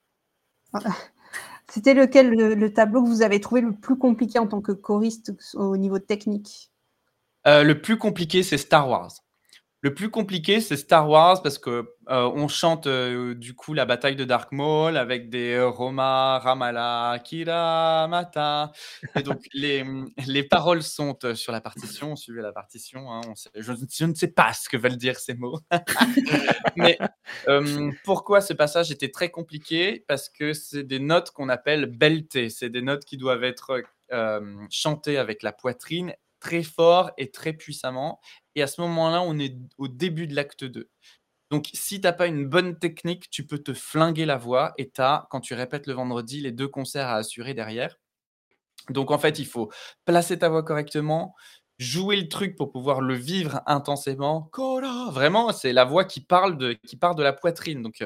C'était lequel le tableau que vous avez trouvé le plus compliqué en tant que choriste au niveau technique? Le plus compliqué, c'est Star Wars. Le plus compliqué, c'est Star Wars parce que on chante du coup la bataille de Dark Maul avec des Roma, Ramala, Kira, Mata. Et donc les paroles sont sur la partition. Suivez la partition. Hein, je ne sais pas ce que veulent dire ces mots. Mais pourquoi ce passage était très compliqué? Parce que c'est des notes qu'on appelle beltées. C'est des notes qui doivent être chantées avec la poitrine très fort et très puissamment. Et à ce moment-là, on est au début de l'acte 2. Donc, si tu n'as pas une bonne technique, tu peux te flinguer la voix et tu as, quand tu répètes le vendredi, les 2 concerts à assurer derrière. Donc, en fait, il faut placer ta voix correctement, jouer le truc pour pouvoir le vivre intensément. Kora, vraiment, c'est la voix qui part de la poitrine. Donc,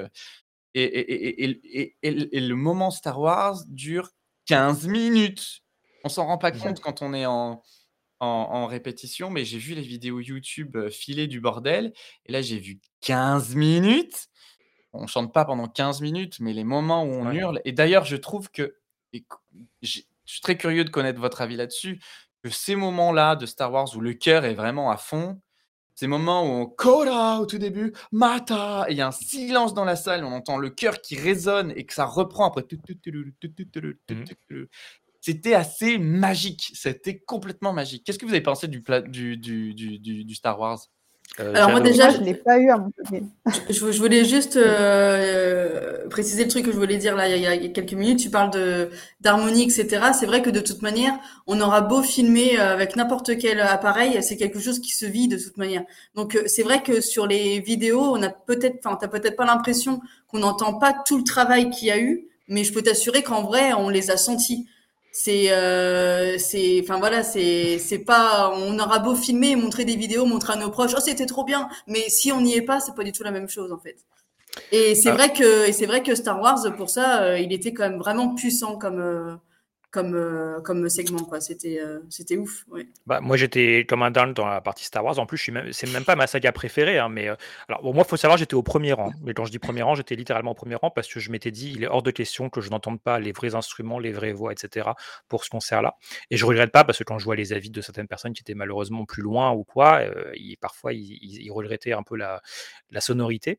et le moment Star Wars dure 15 minutes. On s'en rend pas compte quand on est en répétition, mais j'ai vu les vidéos YouTube filer du bordel. Et là, j'ai vu 15 minutes. On chante pas pendant 15 minutes, mais les moments où on hurle. Et d'ailleurs, je trouve que, je suis très curieux de connaître votre avis là-dessus, que ces moments-là de Star Wars où le cœur est vraiment à fond, Ces moments où on Koda au tout début, Mata, et il y a un silence dans la salle, on entend le cœur qui résonne et que ça reprend après. C'était assez magique, c'était complètement magique. Qu'est-ce que vous avez pensé du Star Wars? Alors moi déjà, je l'ai pas eu à Montpellier. Je voulais juste préciser le truc que je voulais dire là il y a quelques minutes. Tu parles d'harmonie, etc. C'est vrai que de toute manière, on aura beau filmer avec n'importe quel appareil, c'est quelque chose qui se vit de toute manière. Donc c'est vrai que sur les vidéos, t'as peut-être pas l'impression qu'on n'entend pas tout le travail qu'il y a eu, mais je peux t'assurer qu'en vrai, on les a sentis. C'est pas, on aura beau filmer, montrer des vidéos, montrer à nos proches, oh c'était trop bien, mais si on n'y est pas, c'est pas du tout la même chose en fait. Et c'est vrai que Star Wars pour ça, il était quand même vraiment puissant comme segment quoi. C'était ouf. Ouais. Bah, moi j'étais comme un dingue dans la partie Star Wars. En plus, c'est même pas ma saga préférée, hein, mais alors bon, moi faut savoir, j'étais au premier rang. Mais quand je dis premier rang, j'étais littéralement au premier rang parce que je m'étais dit, il est hors de question que je n'entende pas les vrais instruments, les vraies voix, etc. pour ce concert-là. Et je regrette pas parce que quand je vois les avis de certaines personnes qui étaient malheureusement plus loin ou quoi, parfois ils regrettaient un peu la sonorité.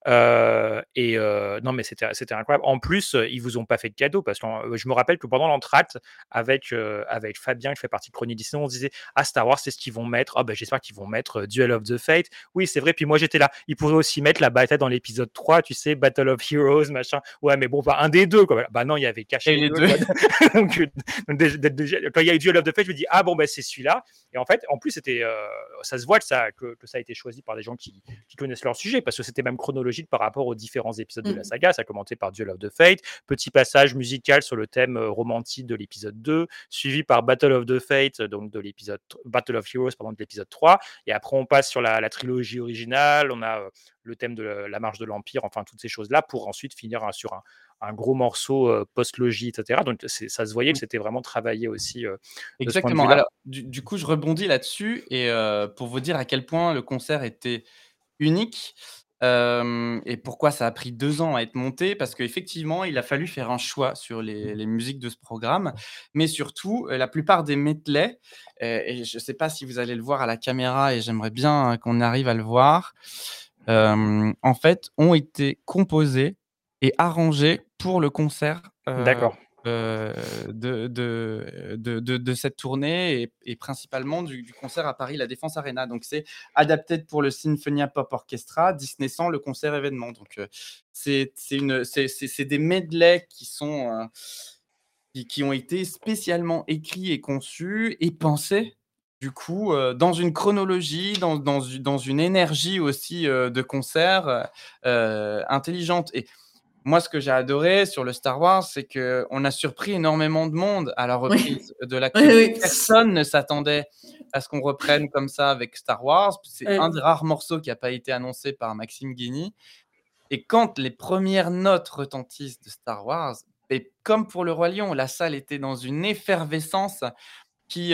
Non, mais c'était incroyable. En plus, ils vous ont pas fait de cadeau parce que je me rappelle que pendant l'entracte avec Fabien qui fait partie de Chronique Disney, on se disait Star Wars, c'est ce qu'ils vont mettre. Ah ben j'espère qu'ils vont mettre Duel of the Fate. Oui, c'est vrai. Puis moi j'étais là. Ils pourraient aussi mettre la bataille dans l'épisode 3, tu sais, Battle of Heroes, machin. Ouais, mais bon, un des deux quoi. Bah non, il y avait caché les deux. donc, quand il y a eu Duel of the Fate, je me dis bon ben c'est celui-là. Et en fait, en plus c'était ça se voit que ça a été choisi par des gens qui connaissent leur sujet parce que c'était même chronologique par rapport aux différents épisodes de la saga. Ça a commencé par Duel of the Fate, petit passage musical sur le thème romantique de l'épisode 2, suivi par Battle of the Fate, donc de l'épisode Battle of Heroes, pardon, de l'épisode 3. Et après, on passe sur la trilogie originale. On a le thème de la marche de l'Empire, enfin toutes ces choses-là, pour ensuite finir sur un gros morceau post-logie, etc. Donc ça se voyait que c'était vraiment travaillé aussi. Exactement. Alors, du coup, je rebondis là-dessus et pour vous dire à quel point le concert était unique. Et pourquoi ça a pris 2 ans à être monté, parce qu'effectivement, il a fallu faire un choix sur les musiques de ce programme, mais surtout, la plupart des medleys, et je ne sais pas si vous allez le voir à la caméra, et j'aimerais bien qu'on arrive à le voir, en fait, ont été composés et arrangés pour le concert. D'accord. De cette tournée et principalement du concert à Paris, la Défense Arena. Donc, c'est adapté pour le Sinfonia Pop Orchestra, Disney 100, le concert événement. Donc, c'est des medleys qui ont été spécialement écrits et conçus et pensés, du coup, dans une chronologie, dans une énergie aussi de concert intelligente. Et moi, ce que j'ai adoré sur le Star Wars, c'est qu'on a surpris énormément de monde à la reprise de la Oui. Personne ne s'attendait à ce qu'on reprenne comme ça avec Star Wars. C'est un des rares morceaux qui n'a pas été annoncé par Maxime Guigny. Et quand les premières notes retentissent de Star Wars, et comme pour le Roi Lion, la salle était dans une effervescence qui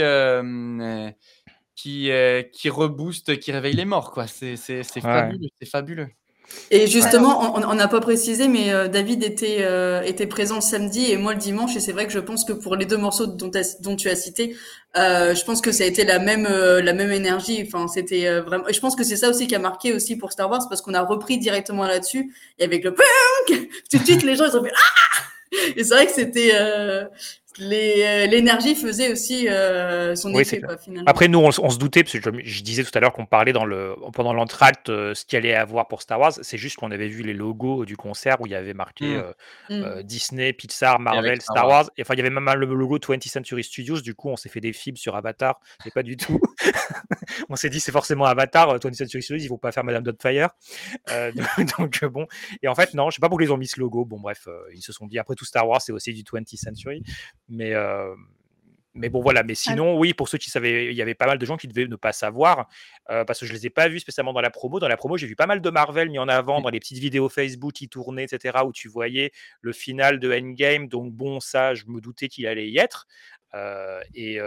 rebooste, qui réveille les morts, quoi. C'est fabuleux, c'est fabuleux. Et justement, on n'a pas précisé, mais David était présent samedi et moi le dimanche. Et c'est vrai que je pense que pour les 2 morceaux dont tu as cité, je pense que ça a été la même énergie. Enfin, c'était vraiment. Et je pense que c'est ça aussi qui a marqué aussi pour Star Wars, parce qu'on a repris directement là-dessus et avec le punk, tout de suite les gens ils ont fait Et c'est vrai que c'était l'énergie faisait aussi son effet quoi, finalement. Après nous on se doutait, parce que je disais tout à l'heure qu'on parlait pendant l'entracte ce qu'il allait avoir pour Star Wars. C'est juste qu'on avait vu les logos du concert où il y avait marqué Disney, Pixar, Marvel, Star Wars. Et enfin il y avait même le logo 20th Century Studios. Du coup on s'est fait des fibs sur Avatar, mais pas du tout. On s'est dit c'est forcément Avatar, 20th Century Studios, ils vont pas faire Madame Doubtfire. Donc bon, et en fait non, je sais pas pourquoi ils ont mis ce logo. Bon bref, ils se sont dit après tout Star Wars c'est aussi du 20th Century. Mais bon voilà, mais sinon oui, pour ceux qui savaient, il y avait pas mal de gens qui devaient ne pas savoir parce que je les ai pas vus spécialement dans la promo. Dans la promo, j'ai vu pas mal de Marvel mis en avant dans les petites vidéos Facebook qui tournaient, etc., où tu voyais le final de Endgame. Donc bon, ça, je me doutais qu'il allait y être. Et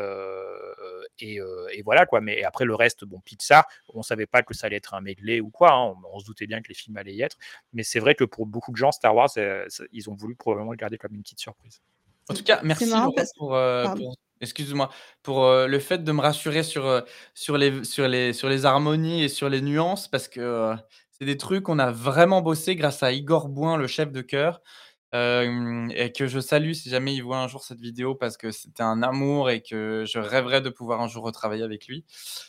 voilà quoi. Mais après le reste, bon, Pixar, on savait pas que ça allait être un medley ou quoi, hein. On se doutait bien que les films allaient y être. Mais c'est vrai que pour beaucoup de gens, Star Wars, ils ont voulu probablement le garder comme une petite surprise. En tout cas, merci Laurent, excuse-moi, pour le fait de me rassurer sur les harmonies et sur les nuances parce que c'est des trucs qu'on a vraiment bossé grâce à Igor Bouin, le chef de chœur, et que je salue si jamais il voit un jour cette vidéo parce que c'était un amour et que je rêverais de pouvoir un jour retravailler avec lui.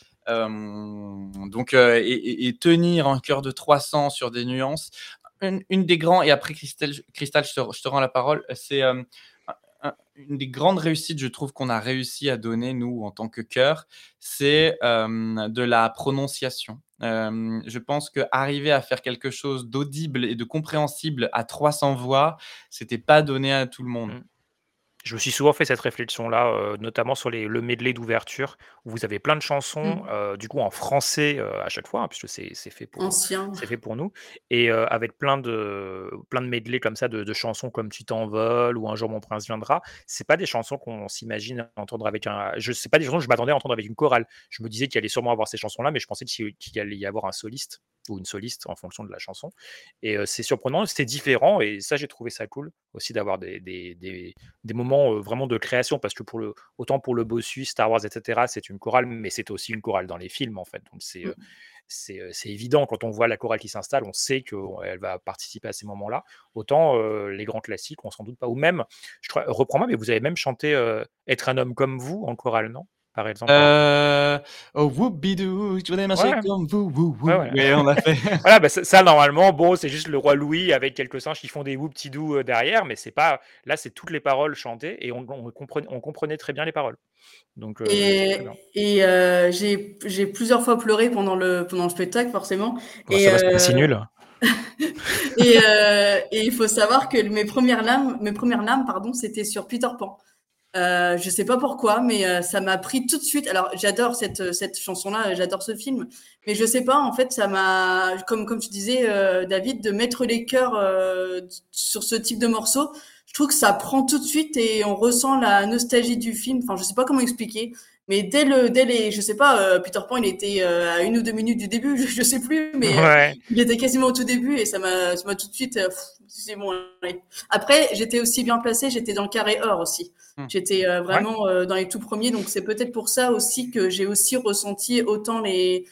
Donc, et tenir un chœur de 300 sur des nuances. Une des grands, et après Christelle, je te rends la parole, c'est une des grandes réussites, je trouve, qu'on a réussi à donner, nous, en tant que chœur, c'est de la prononciation. Je pense qu'arriver à faire quelque chose d'audible et de compréhensible à 300 voix, c'était pas donné à tout le monde. Je me suis souvent fait cette réflexion-là, notamment sur le medley d'ouverture, où vous avez plein de chansons, du coup en français, à chaque fois, hein, puisque c'est fait Ancien. pour nous et avec plein de medley comme ça de chansons comme «Tu t'envoles» ou «Un jour mon prince viendra». C'est pas des chansons qu'on s'imagine entendre avec c'est pas des chansons que je m'attendais à entendre avec une chorale. Je me disais qu'il allait sûrement avoir ces chansons-là, mais je pensais qu'il allait y avoir un soliste ou une soliste en fonction de la chanson et c'est surprenant, c'est différent et ça, j'ai trouvé ça cool aussi d'avoir des moments vraiment de création parce que autant pour le Bossu, Star Wars, etc., c'est une chorale, mais c'est aussi une chorale dans les films en fait. Donc c'est évident quand on voit la chorale qui s'installe, on sait qu'elle va participer à ces moments-là. Autant les grands classiques, on s'en doute pas. Ou même, reprends-moi, mais vous avez même chanté Être un homme comme vous en chorale, non? Par exemple. Oh, whoop-bidou, je voudrais marcher Ouais. comme vous, wou, wou. Ouais. Ouais, on a fait. Voilà, bah, ça normalement, bon, c'est juste le roi Louis avec quelques singes qui font des whoop-ti-doo derrière, mais c'est pas. Là, c'est toutes les paroles chantées et on comprenait très bien les paroles. Donc, c'est très bien. Et j'ai plusieurs fois pleuré pendant le spectacle, forcément. Bah, ça va, c'est pas si nul. Et il faut savoir que mes premières larmes, pardon, c'était sur Peter Pan. Je sais pas pourquoi, mais ça m'a pris tout de suite. Alors, j'adore cette chanson-là, j'adore ce film, mais je sais pas, en fait, ça m'a, comme tu disais, David, de mettre les cœurs sur ce type de morceau. Je trouve que ça prend tout de suite et on ressent la nostalgie du film. Enfin, je sais pas comment expliquer, mais dès les, je sais pas, Peter Pan, il était à 1 ou 2 minutes du début, je sais plus, mais Ouais. il était quasiment au tout début et ça m'a tout de suite. C'est bon. Allez. Après, j'étais aussi bien placée, j'étais dans le carré or aussi. J'étais vraiment dans les tout premiers, donc c'est peut-être pour ça aussi que j'ai aussi ressenti autant les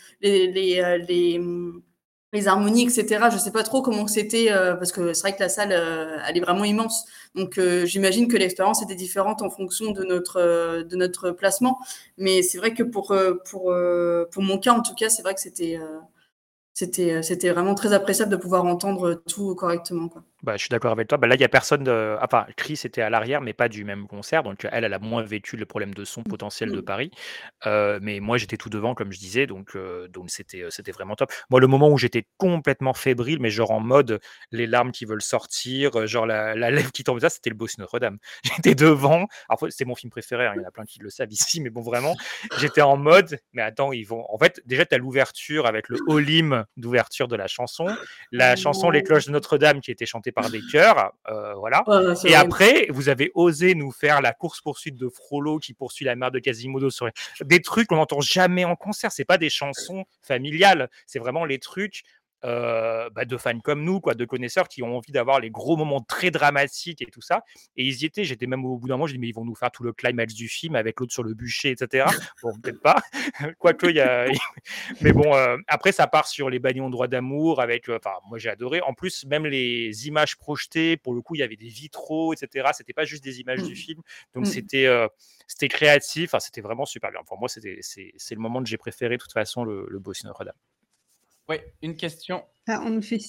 harmonies, etc. Je sais pas trop comment c'était parce que c'est vrai que la salle, elle est vraiment immense. Donc j'imagine que l'expérience était différente en fonction de notre placement. Mais c'est vrai que pour mon cas, en tout cas, c'est vrai que c'était vraiment très appréciable de pouvoir entendre tout correctement, quoi. Bah, je suis d'accord avec toi. Bah, là, il y a personne enfin, Chris était à l'arrière, mais pas du même concert. Donc, elle a moins vécu le problème de son potentiel de Paris. Mais moi, j'étais tout devant, comme je disais. Donc c'était vraiment top. Moi, le moment où j'étais complètement fébrile, mais genre en mode les larmes qui veulent sortir, genre la lèvre qui tombe, ça, c'était le Bossu Notre-Dame. J'étais devant. Alors, c'est mon film préféré. Hein, il y en a plein qui le savent ici. Mais bon, vraiment, j'étais en mode, mais attends, ils vont. En fait, déjà, tu as l'ouverture avec le all-in d'ouverture de la chanson. La chanson Les Cloches de Notre-Dame qui était chantée par des chœurs, voilà. Et après, vous avez osé nous faire la course-poursuite de Frollo qui poursuit la mère de Quasimodo sur des trucs qu'on n'entend jamais en concert. C'est pas des chansons familiales, c'est vraiment les trucs de fans comme nous, quoi, de connaisseurs qui ont envie d'avoir les gros moments très dramatiques et tout ça. Et ils y étaient. J'étais même au bout d'un moment, je dis mais ils vont nous faire tout le climax du film avec l'autre sur le bûcher, etc. Bon, peut-être pas. Quoique il y a. Mais bon, après ça part sur les balions droit d'amour avec. Enfin, moi j'ai adoré. En plus, même les images projetées, pour le coup, il y avait des vitraux, etc. C'était pas juste des images du film. Donc c'était créatif. Enfin, c'était vraiment super bien. Pour moi, c'est le moment que j'ai préféré de toute façon le Bossu Notre-Dame. Oui, une question. Ah, on me fait.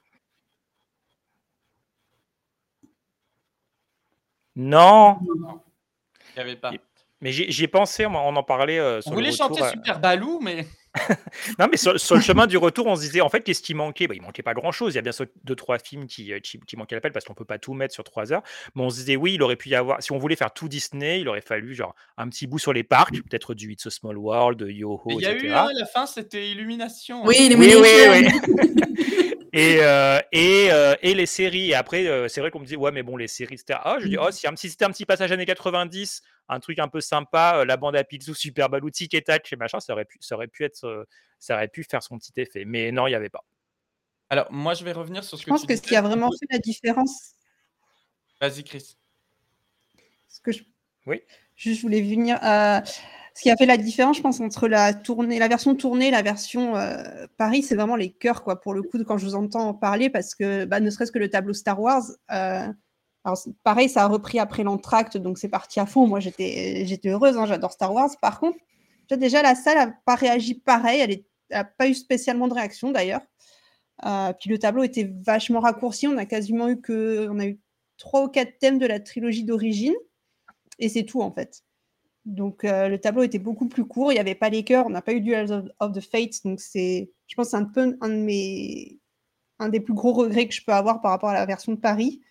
Non. Il n'y avait pas. Mais j'y ai pensé, on en parlait sur on le voulait retour. chanter Super Balou, mais. Non, mais sur le chemin du retour, on se disait, en fait, qu'est-ce qui manquait? Il manquait pas grand-chose. Il y a bien sûr 2-3 films qui manquaient l'appel parce qu'on peut pas tout mettre sur 3 heures. Mais on se disait, oui, il aurait pu y avoir, si on voulait faire tout Disney, il aurait fallu genre un petit bout sur les parcs, peut-être du It's a Small World, de Yo-Ho, Il y a etc. eu, à la fin, c'était Illumination. Oui, Illumination. Oui. Et les séries. Et après, c'est vrai qu'on me dit, ouais, mais bon, les séries, etc. Je dis, si c'était un petit passage années 90, un truc un peu sympa, la bande à Picsou, Super Balou, Tic et Tac, et machin, ça aurait pu faire son petit effet. Mais non, il n'y avait pas. Alors, moi, je vais revenir sur ce que Je pense que ce qui a vraiment fait la différence. Vas-y, Chris. Oui. Juste, je voulais venir. Ce qui a fait la différence, je pense, entre la version tournée et la version Paris, c'est vraiment les chœurs, quoi, pour le coup, quand je vous entends en parler, parce que ne serait-ce que le tableau Star Wars, alors, pareil, ça a repris après l'entracte, donc c'est parti à fond. Moi, j'étais heureuse, hein, j'adore Star Wars. Par contre, déjà, la salle n'a pas réagi pareil, elle n'a pas eu spécialement de réaction, d'ailleurs. Puis le tableau était vachement raccourci, on a eu 3 ou 4 thèmes de la trilogie d'origine, et c'est tout, en fait. Donc, le tableau était beaucoup plus court, il n'y avait pas les chœurs, on n'a pas eu Duel of the Fates, donc je pense que c'est un peu un des plus gros regrets que je peux avoir par rapport à la version de Paris.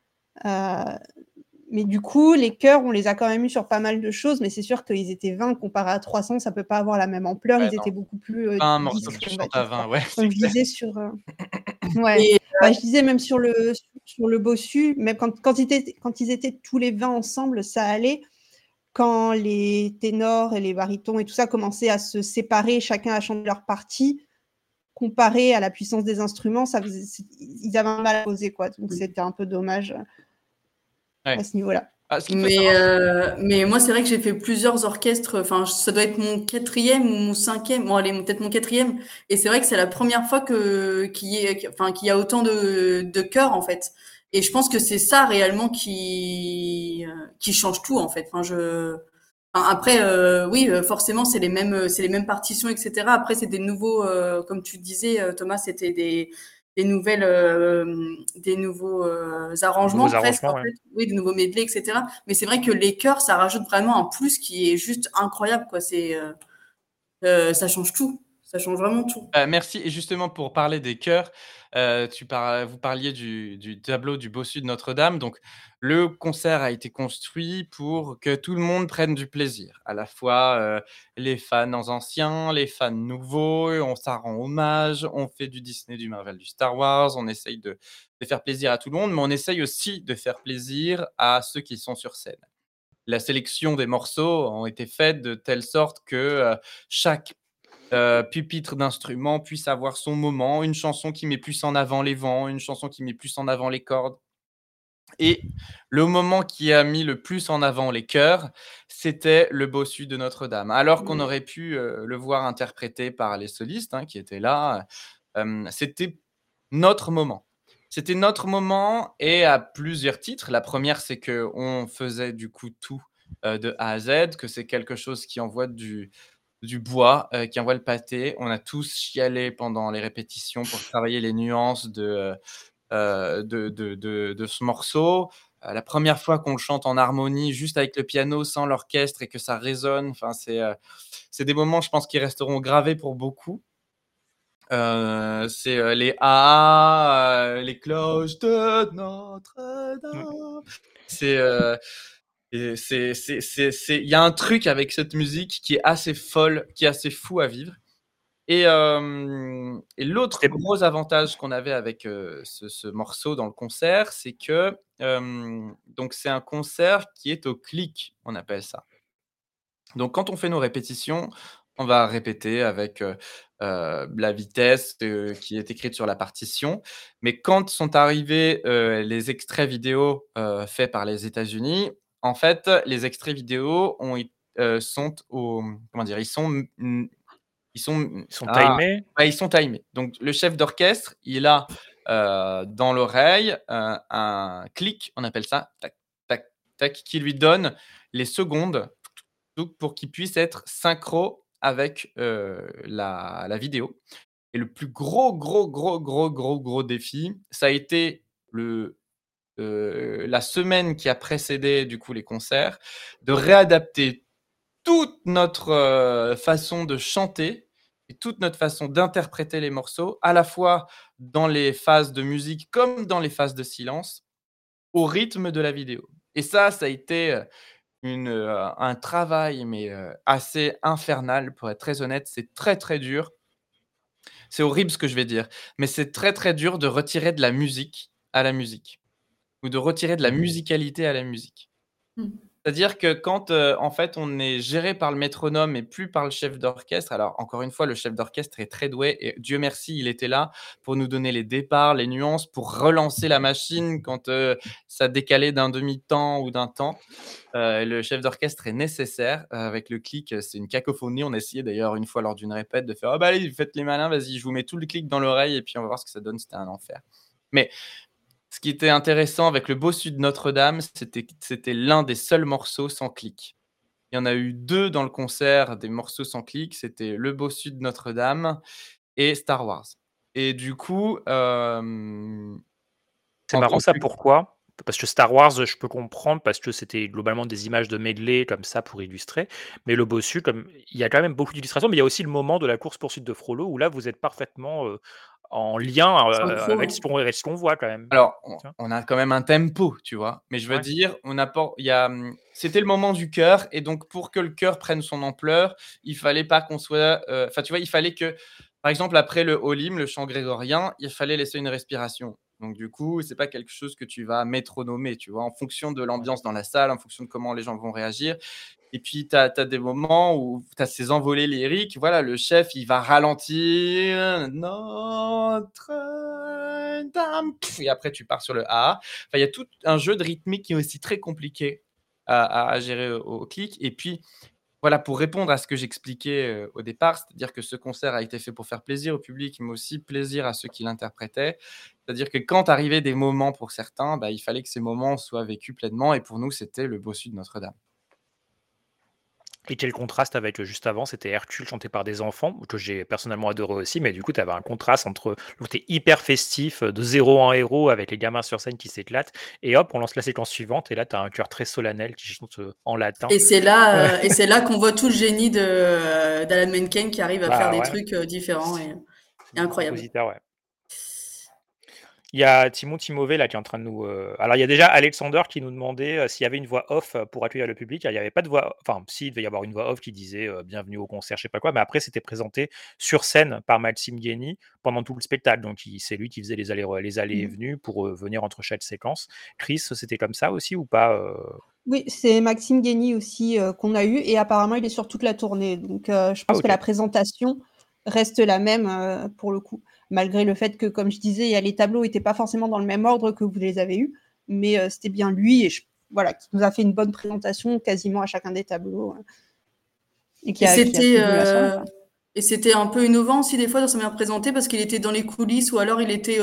Mais du coup, les chœurs, on les a quand même eu sur pas mal de choses, mais c'est sûr qu'ils étaient 20 comparé à 300, ça peut pas avoir la même ampleur, ils étaient beaucoup plus un morceau que tu chantes à 20, ouais. Donc, je disais sur... ouais. Je disais même sur le bossu, même quand ils étaient tous les 20 ensemble, ça allait. Quand les ténors et les barytons et tout ça commençaient à se séparer, chacun à chanter leur partie, comparé à la puissance des instruments, ils avaient un mal à poser, quoi. Donc c'était un peu dommage à ce niveau-là. Mais moi, c'est vrai que j'ai fait plusieurs orchestres. Enfin, ça doit être mon 4e ou mon 5e. Bon, allez, peut-être mon 4e. Et c'est vrai que c'est la première fois qu'il y a autant de chœurs, en fait. Et je pense que c'est ça réellement qui change tout, en fait. Après, oui, forcément, c'est les mêmes partitions, etc. Après, c'est des nouveaux, comme tu disais, Thomas, c'était des nouveaux arrangements, presque, en fait. Oui, des nouveaux medley, etc. Mais c'est vrai que les chœurs, ça rajoute vraiment un plus qui est juste incroyable, quoi. Ça change tout. Ça change vraiment tout. Merci. Et justement, pour parler des chœurs, vous parliez du tableau du Bossu de Notre-Dame. Donc, le concert a été construit pour que tout le monde prenne du plaisir. À la fois les fans anciens, les fans nouveaux, on s'en rend hommage, on fait du Disney, du Marvel, du Star Wars, on essaye de faire plaisir à tout le monde, mais on essaye aussi de faire plaisir à ceux qui sont sur scène. La sélection des morceaux ont été faite de telle sorte que chaque pupitre d'instrument puisse avoir son moment, une chanson qui met plus en avant les vents, une chanson qui met plus en avant les cordes. Et le moment qui a mis le plus en avant les chœurs, c'était le Bossu de Notre-Dame. Alors qu'on aurait pu le voir interprété par les solistes qui étaient là, c'était notre moment. C'était notre moment et à plusieurs titres. La première, c'est qu'on faisait du coup tout de A à Z, que c'est quelque chose qui envoie du bois, qui envoie le pâté. On a tous chialé pendant les répétitions pour travailler les nuances de ce morceau. La première fois qu'on le chante en harmonie, juste avec le piano, sans l'orchestre et que ça résonne, c'est des moments, je pense, qui resteront gravés pour beaucoup. C'est les AA, les cloches de Notre-Dame. Il y a un truc avec cette musique qui est assez folle, qui est assez fou à vivre. Et l'autre gros avantage qu'on avait avec ce morceau dans le concert, c'est que donc c'est un concert qui est au clic, on appelle ça. Donc quand on fait nos répétitions, on va répéter avec la vitesse qui est écrite sur la partition. Mais quand sont arrivés les extraits vidéo faits par les États-Unis, en fait, les extraits vidéo sont timés. Ils sont timés. Donc le chef d'orchestre, il a dans l'oreille un clic, on appelle ça, tac, tac, tac, qui lui donne les secondes pour qu'il puisse être synchro avec la vidéo. Et le plus gros défi, ça a été la semaine qui a précédé du coup les concerts, de réadapter toute notre façon de chanter et toute notre façon d'interpréter les morceaux, à la fois dans les phases de musique comme dans les phases de silence, au rythme de la vidéo. Et ça a été un travail assez infernal, pour être très honnête. C'est très, très dur. C'est horrible ce que je vais dire, mais c'est très, très dur de retirer de la musique à la musique ou de retirer de la musicalité à la musique. C'est-à-dire que quand, en fait, on est géré par le métronome et plus par le chef d'orchestre, alors encore une fois, le chef d'orchestre est très doué et Dieu merci, il était là pour nous donner les départs, les nuances, pour relancer la machine quand, ça décalait d'un demi-temps ou d'un temps. Le chef d'orchestre est nécessaire. Avec le clic, c'est une cacophonie. On a essayé d'ailleurs une fois lors d'une répète de faire: «Ah bah allez, faites les malins, vas-y, je vous mets tout le clic dans l'oreille et puis on va voir ce que ça donne». C'était un enfer. Mais ce qui était intéressant avec le Bossu de Notre-Dame, c'était que c'était l'un des seuls morceaux sans clic. Il y en a eu 2 dans le concert, des morceaux sans clic, c'était le Bossu de Notre-Dame et Star Wars et du coup, C'est en marrant tant ça, que pourquoi? Parce que Star Wars, je peux comprendre parce que c'était globalement des images de medley comme ça pour illustrer, mais le bossu comme il y a quand même beaucoup d'illustrations, mais il y a aussi le moment de la course-poursuite de Frollo où là, vous êtes parfaitement, en lien, Synchro, avec ce qu'on voit quand même. alors, Tu vois? on a quand même un tempo, tu vois? Mais je veux Ouais. dire, il y a, c'était le moment du chœur et donc pour que le chœur prenne son ampleur, il fallait pas qu'on soit, enfin, tu vois, il fallait que, par exemple, après le Holim, le chant grégorien, il fallait laisser une respiration. Donc du coup, c'est pas quelque chose que tu vas métronomer, tu vois? En fonction de Ouais. l'ambiance dans la salle, en fonction de comment les gens vont réagir et puis tu as des moments où tu as ces envolées lyriques, voilà, le chef, il va ralentir, Notre-Dame et après tu pars sur le A. Enfin, il y a tout un jeu de rythmique qui est aussi très compliqué à gérer au clic et puis voilà, pour répondre à ce que j'expliquais, au départ, c'est-à-dire que ce concert a été fait pour faire plaisir au public, mais aussi plaisir à ceux qui l'interprétaient. C'est-à-dire que quand arrivaient des moments pour certains, bah, il fallait que ces moments soient vécus pleinement et pour nous, c'était le Bossu de Notre-Dame. Et quel contraste avec, juste avant, c'était Hercule chanté par des enfants, que j'ai personnellement adoré aussi, mais du coup, tu avais un contraste entre le côté hyper festif, de zéro en héros avec les gamins sur scène qui s'éclatent et hop, on lance la séquence suivante et là, tu as un chœur très solennel qui chante, en latin. et c'est là qu'on voit tout le génie d'Alan Menken qui arrive à faire Bah, des ouais, trucs différents et bon incroyables. compositeur, ouais. Il y a Timon Timové là qui est en train de nous. Alors il y a déjà Alexander qui nous demandait s'il y avait une voix off pour accueillir le public. Il n'y avait pas de voix. Enfin, si, il devait y avoir une voix off qui disait bienvenue au concert, je sais pas quoi. Mais après, c'était présenté sur scène par Maxime Guény pendant tout le spectacle. Donc c'est lui qui faisait les allées et venues pour venir entre chaque séquence. Chris, c'était comme ça aussi ou pas Oui, c'est Maxime Guény aussi qu'on a eu et apparemment il est sur toute la tournée. Donc je pense que la présentation reste la même pour le coup. Malgré le fait que, comme je disais, les tableaux n'étaient pas forcément dans le même ordre que vous les avez eus, mais c'était bien lui et voilà, qui nous a fait une bonne présentation quasiment à chacun des tableaux. Et c'était un peu innovant aussi des fois dans sa manière de présenter parce qu'il était dans les coulisses ou alors il était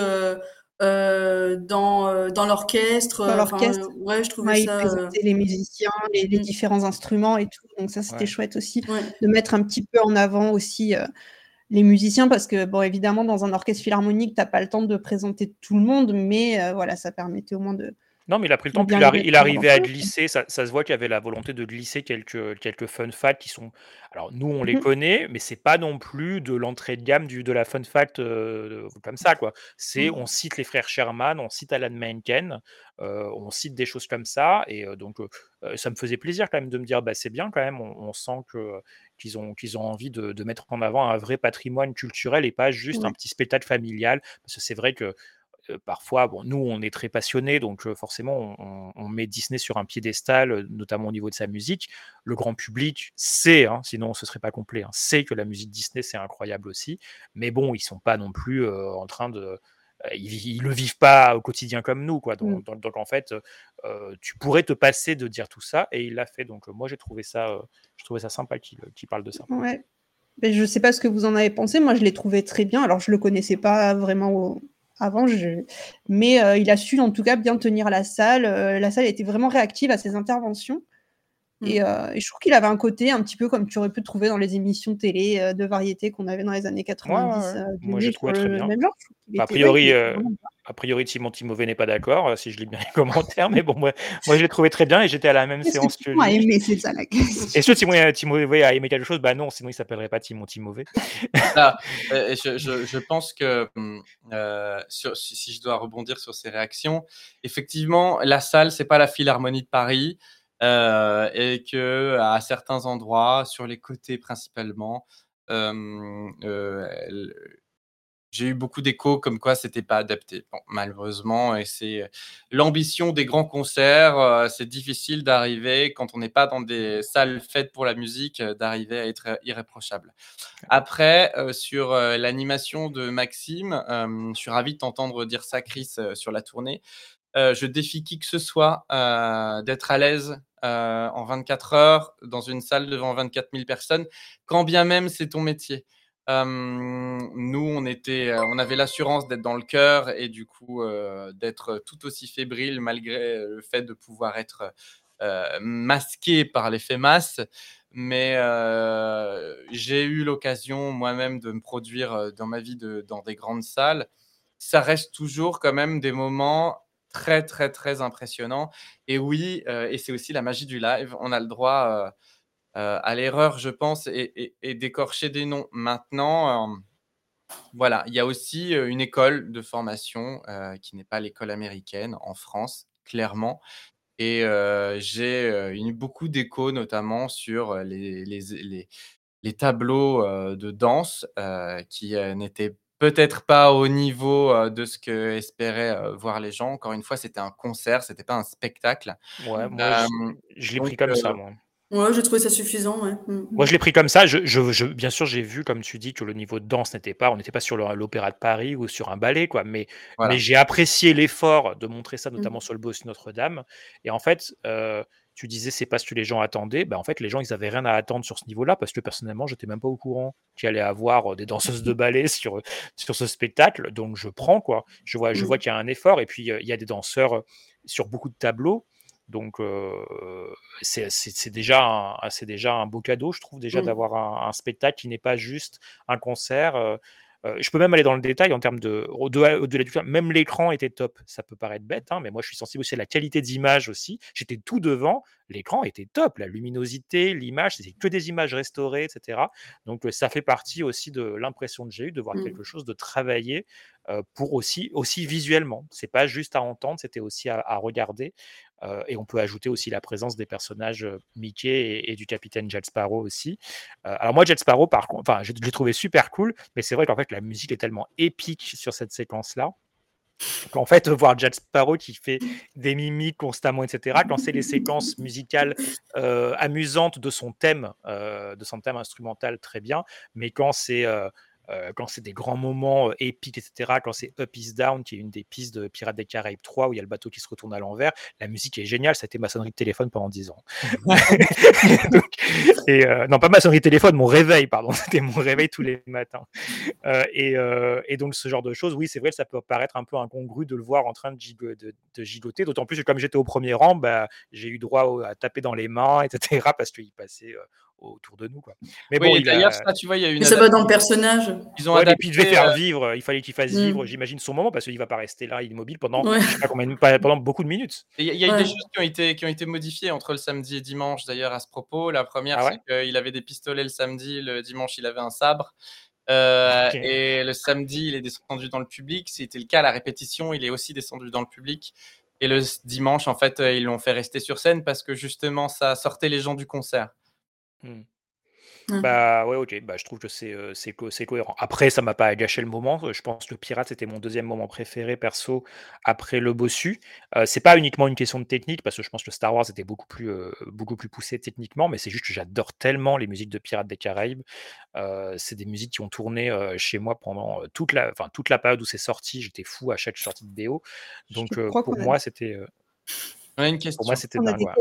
dans l'orchestre. Dans l'orchestre, ouais, je trouvais il ça. présentait les musiciens, les différents instruments et tout. Donc ça, c'était chouette aussi Ouais. de mettre un petit peu en avant aussi les musiciens parce que, bon, évidemment, dans un orchestre philharmonique, tu n'as pas le temps de présenter tout le monde, mais voilà, ça permettait au moins de. Non, mais il a pris le temps, puis il arrivait à glisser, ça se voit qu'il y avait la volonté de glisser quelques fun facts qui sont alors nous, on les connaît, mais c'est pas non plus de l'entrée de gamme de la fun fact, comme ça, quoi. C'est on cite les frères Sherman, on cite Alan Menken, on cite des choses comme ça et donc ça me faisait plaisir quand même de me dire: «Bah, c'est bien quand même, on sent qu'ils ont envie de mettre en avant un vrai patrimoine culturel et pas juste un petit spectacle familial». Parce que c'est vrai que parfois, bon, nous, on est très passionnés, donc forcément, on met Disney sur un piédestal, notamment au niveau de sa musique. Le grand public sait, hein, sinon ce serait pas complet, hein, sait que la musique Disney, c'est incroyable aussi. Mais bon, ils sont pas non plus en train de... Ils le vivent pas au quotidien comme nous, quoi. Donc en fait, tu pourrais te passer de dire tout ça, et il l'a fait. Donc moi, je trouvais ça sympa qu'il parle de ça. Ouais. Mais je sais pas ce que vous en avez pensé. Moi, je l'ai trouvé très bien. Alors, je le connaissais pas vraiment avant, mais il a su en tout cas bien tenir la salle. La salle était vraiment réactive à ses interventions. Et je trouve qu'il avait un côté un petit peu comme tu aurais pu trouver dans les émissions télé de variété qu'on avait dans les années 90. Moi, j'ai trouvé très bien. Même genre, A priori, Timon Timové n'est pas d'accord, si je lis bien les commentaires, mais bon, moi je l'ai trouvé très bien et j'étais à la même séance que lui. A aimé, c'est ça la question. Est-ce que Timové a aimé quelque chose? Bah non, sinon il s'appellerait pas Timon Timové. Je pense que si je dois rebondir sur ces réactions, effectivement, la salle, c'est pas la Philharmonie de Paris. Et que à certains endroits, sur les côtés principalement, je j'ai eu beaucoup d'échos comme quoi c'était pas adapté. Bon, malheureusement, et c'est l'ambition des grands concerts. C'est difficile d'arriver, quand on n'est pas dans des salles faites pour la musique, d'arriver à être irréprochable. Après, sur l'animation de Maxime, je suis ravi de t'entendre dire ça, Chris, sur la tournée. Je défie qui que ce soit d'être à l'aise en 24 heures dans une salle devant 24 000 personnes, quand bien même c'est ton métier. Nous, on avait l'assurance d'être dans le chœur et du coup d'être tout aussi fébrile malgré le fait de pouvoir être masqué par l'effet masse. Mais j'ai eu l'occasion moi-même de me produire dans ma vie dans des grandes salles. Ça reste toujours quand même des moments très, très, très impressionnants. Et oui, et c'est aussi la magie du live. On a le droit à l'erreur, je pense, et d'écorcher des noms. Maintenant, voilà, il y a aussi une école de formation qui n'est pas l'école américaine en France, clairement. Et j'ai eu beaucoup d'échos, notamment sur les tableaux de danse qui n'étaient peut-être pas au niveau de ce qu'espéraient voir les gens. Encore une fois, c'était un concert, c'était pas un spectacle. Ouais, moi, je l'ai pris comme ça, moi. Ouais, j'ai trouvé ça suffisant, ouais. Moi, je l'ai pris comme ça. Bien sûr, j'ai vu, comme tu dis, que le niveau de danse on n'était pas sur l'Opéra de Paris ou sur un ballet, quoi. Mais Voilà. j'ai apprécié l'effort de montrer ça, notamment sur le Bossu Notre-Dame. Et en fait, tu disais, c'est pas ce que les gens attendaient. En fait, les gens, ils avaient rien à attendre sur ce niveau-là, parce que personnellement, j'étais même pas au courant qu'il allait avoir des danseuses de ballet sur ce spectacle. Donc, je prends, quoi. Je vois qu'il y a un effort. Et puis, il y a des danseurs sur beaucoup de tableaux. Donc, c'est déjà un beau cadeau, je trouve, déjà d'avoir un spectacle qui n'est pas juste un concert. Je peux même aller dans le détail en termes au-delà du film. Même l'écran était top. Ça peut paraître bête, hein, mais moi, je suis sensible aussi à la qualité d'image aussi. J'étais tout devant. L'écran était top. La luminosité, l'image, c'était que des images restaurées, etc. Donc, ça fait partie aussi de l'impression que j'ai eue de voir quelque chose de travaillé pour aussi visuellement. C'est pas juste à entendre, c'était aussi à regarder. Et on peut ajouter aussi la présence des personnages Mickey et du capitaine Jack Sparrow aussi. Alors moi, Jack Sparrow, par contre, je l'ai trouvé super cool, mais c'est vrai qu'en fait, la musique est tellement épique sur cette séquence-là, qu'en fait, voir Jack Sparrow qui fait des mimiques constamment, etc., quand c'est les séquences musicales amusantes de son thème instrumental, très bien, mais quand c'est des grands moments épiques, etc., quand c'est Up is Down, qui est une des pistes de Pirates des Caraïbes 3, où il y a le bateau qui se retourne à l'envers, la musique est géniale, ça a été ma sonnerie de téléphone pendant 10 ans. Non, pas ma sonnerie de téléphone, mon réveil, pardon, c'était mon réveil tous les matins. Et donc, ce genre de choses, oui, c'est vrai que ça peut paraître un peu incongru de le voir en train de gigoter, d'autant plus que comme j'étais au premier rang, j'ai eu droit à taper dans les mains, etc., parce qu'il passait autour de nous, quoi. Mais oui, bon, d'ailleurs, ça, tu vois, il y a une. Mais ça va dans le personnage. Ils ont adapté, et puis il devait faire vivre, il fallait qu'il fasse vivre, j'imagine, son moment, parce qu'il va pas rester là immobile pendant, je sais pas combien, pendant beaucoup de minutes. Il y a eu des choses qui ont été modifiées entre le samedi et dimanche, d'ailleurs, à ce propos. La première, c'est qu'il avait des pistolets le samedi, le dimanche, il avait un sabre. Et le samedi, il est descendu dans le public. C'était le cas à la répétition, il est aussi descendu dans le public. Et le dimanche, en fait, ils l'ont fait rester sur scène parce que justement, ça sortait les gens du concert. Ouais, ok, je trouve que c'est cohérent. Après, ça m'a pas gâché le moment. Je pense que Pirate, c'était mon deuxième moment préféré perso après le Bossu. C'est pas uniquement une question de technique, parce que je pense que Star Wars était beaucoup plus poussé techniquement, mais c'est juste que j'adore tellement les musiques de Pirates des Caraïbes. C'est des musiques qui ont tourné chez moi pendant toute la période où c'est sorti. J'étais fou à chaque sortie de BO. Donc pour moi, c'était. On a une question. Pour moi, c'était dingue. Ouais.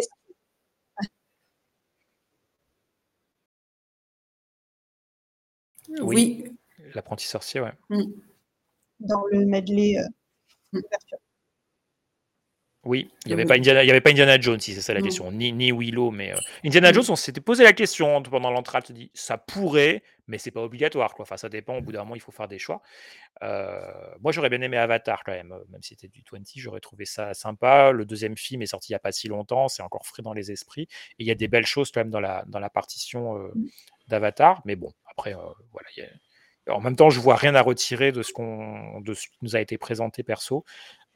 Oui. L'apprenti sorcier, ouais. Dans le medley d'ouverture. Oui, il n'y avait pas Indiana Jones, si c'est ça la question, ni Willow, mais Indiana Jones, on s'était posé la question pendant l'entrée, on se dit ça pourrait, mais c'est pas obligatoire, quoi. Enfin, ça dépend. Au bout d'un moment, il faut faire des choix. Moi, j'aurais bien aimé Avatar quand même si c'était du 20, j'aurais trouvé ça sympa. Le deuxième film est sorti il y a pas si longtemps, c'est encore frais dans les esprits, et il y a des belles choses quand même dans la partition d'Avatar, mais bon, après, voilà, il En même temps, je vois rien à retirer de ce qui nous a été présenté perso.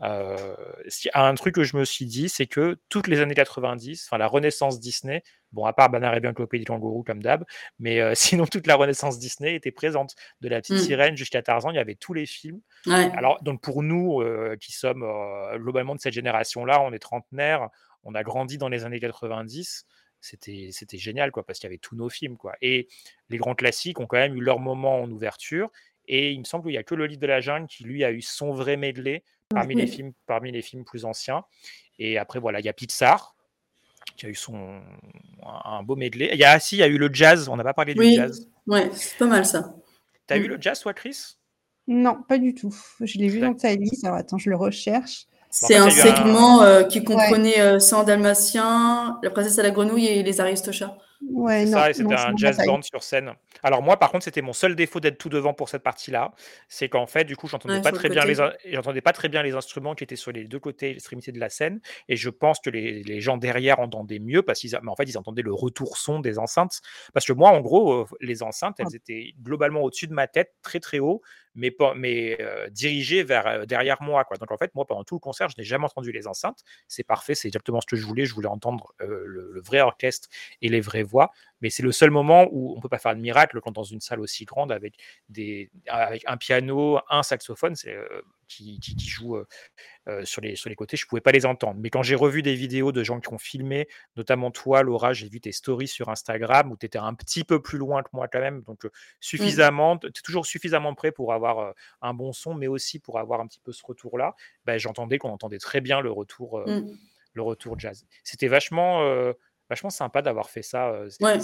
Un truc que je me suis dit, c'est que toutes les années 90, enfin la renaissance Disney, bon, à part Bernard et Bianca et Kangourou comme d'hab, mais sinon toute la renaissance Disney était présente. De la petite sirène jusqu'à Tarzan, il y avait tous les films. Ouais. Alors, donc pour nous qui sommes globalement de cette génération-là, on est trentenaires, on a grandi dans les années 90. C'était génial, quoi, parce qu'il y avait tous nos films, quoi. Et les grands classiques ont quand même eu leur moment en ouverture. Et il me semble qu'il n'y a que Le Livre de la Jungle qui, lui, a eu son vrai medley parmi les films plus anciens. Et après, voilà, il y a Pixar qui a eu un beau medley. Il y a eu le jazz, on n'a pas parlé du jazz. Ouais, c'est pas mal ça. T'as eu le jazz, toi, Chris? Non, pas du tout. Je l'ai vu dans ta liste. Alors attends, je le recherche. C'est un segment qui comprenait 100 Dalmatiens, La princesse à la grenouille et Les Aristochats. Ouais, c'est non, ça, et c'était non, un c'est jazz pas ça. band sur scène. Alors moi, par contre, c'était mon seul défaut d'être tout devant pour cette partie-là. C'est qu'en fait, du coup, j'entendais pas très bien les instruments qui étaient sur les deux côtés, l'extrémité de la scène. Et je pense que les gens derrière entendaient mieux parce qu'ils entendaient le retour son des enceintes. Parce que moi, en gros, les enceintes, elles étaient globalement au-dessus de ma tête, très très haut, mais dirigées vers derrière moi, quoi. Donc en fait, moi, pendant tout le concert, je n'ai jamais entendu les enceintes. C'est parfait, c'est exactement ce que je voulais. Je voulais entendre le vrai orchestre et les vraies voix. Mais c'est le seul moment où on ne peut pas faire de miracle quand dans une salle aussi grande avec un piano, un saxophone qui joue sur les côtés, je ne pouvais pas les entendre. Mais quand j'ai revu des vidéos de gens qui ont filmé, notamment toi, Laura, j'ai vu tes stories sur Instagram où tu étais un petit peu plus loin que moi quand même. Donc suffisamment, tu es toujours suffisamment prêt pour avoir un bon son, mais aussi pour avoir un petit peu ce retour-là. J'entendais qu'on entendait très bien le retour jazz. C'était vachement sympa d'avoir fait ça.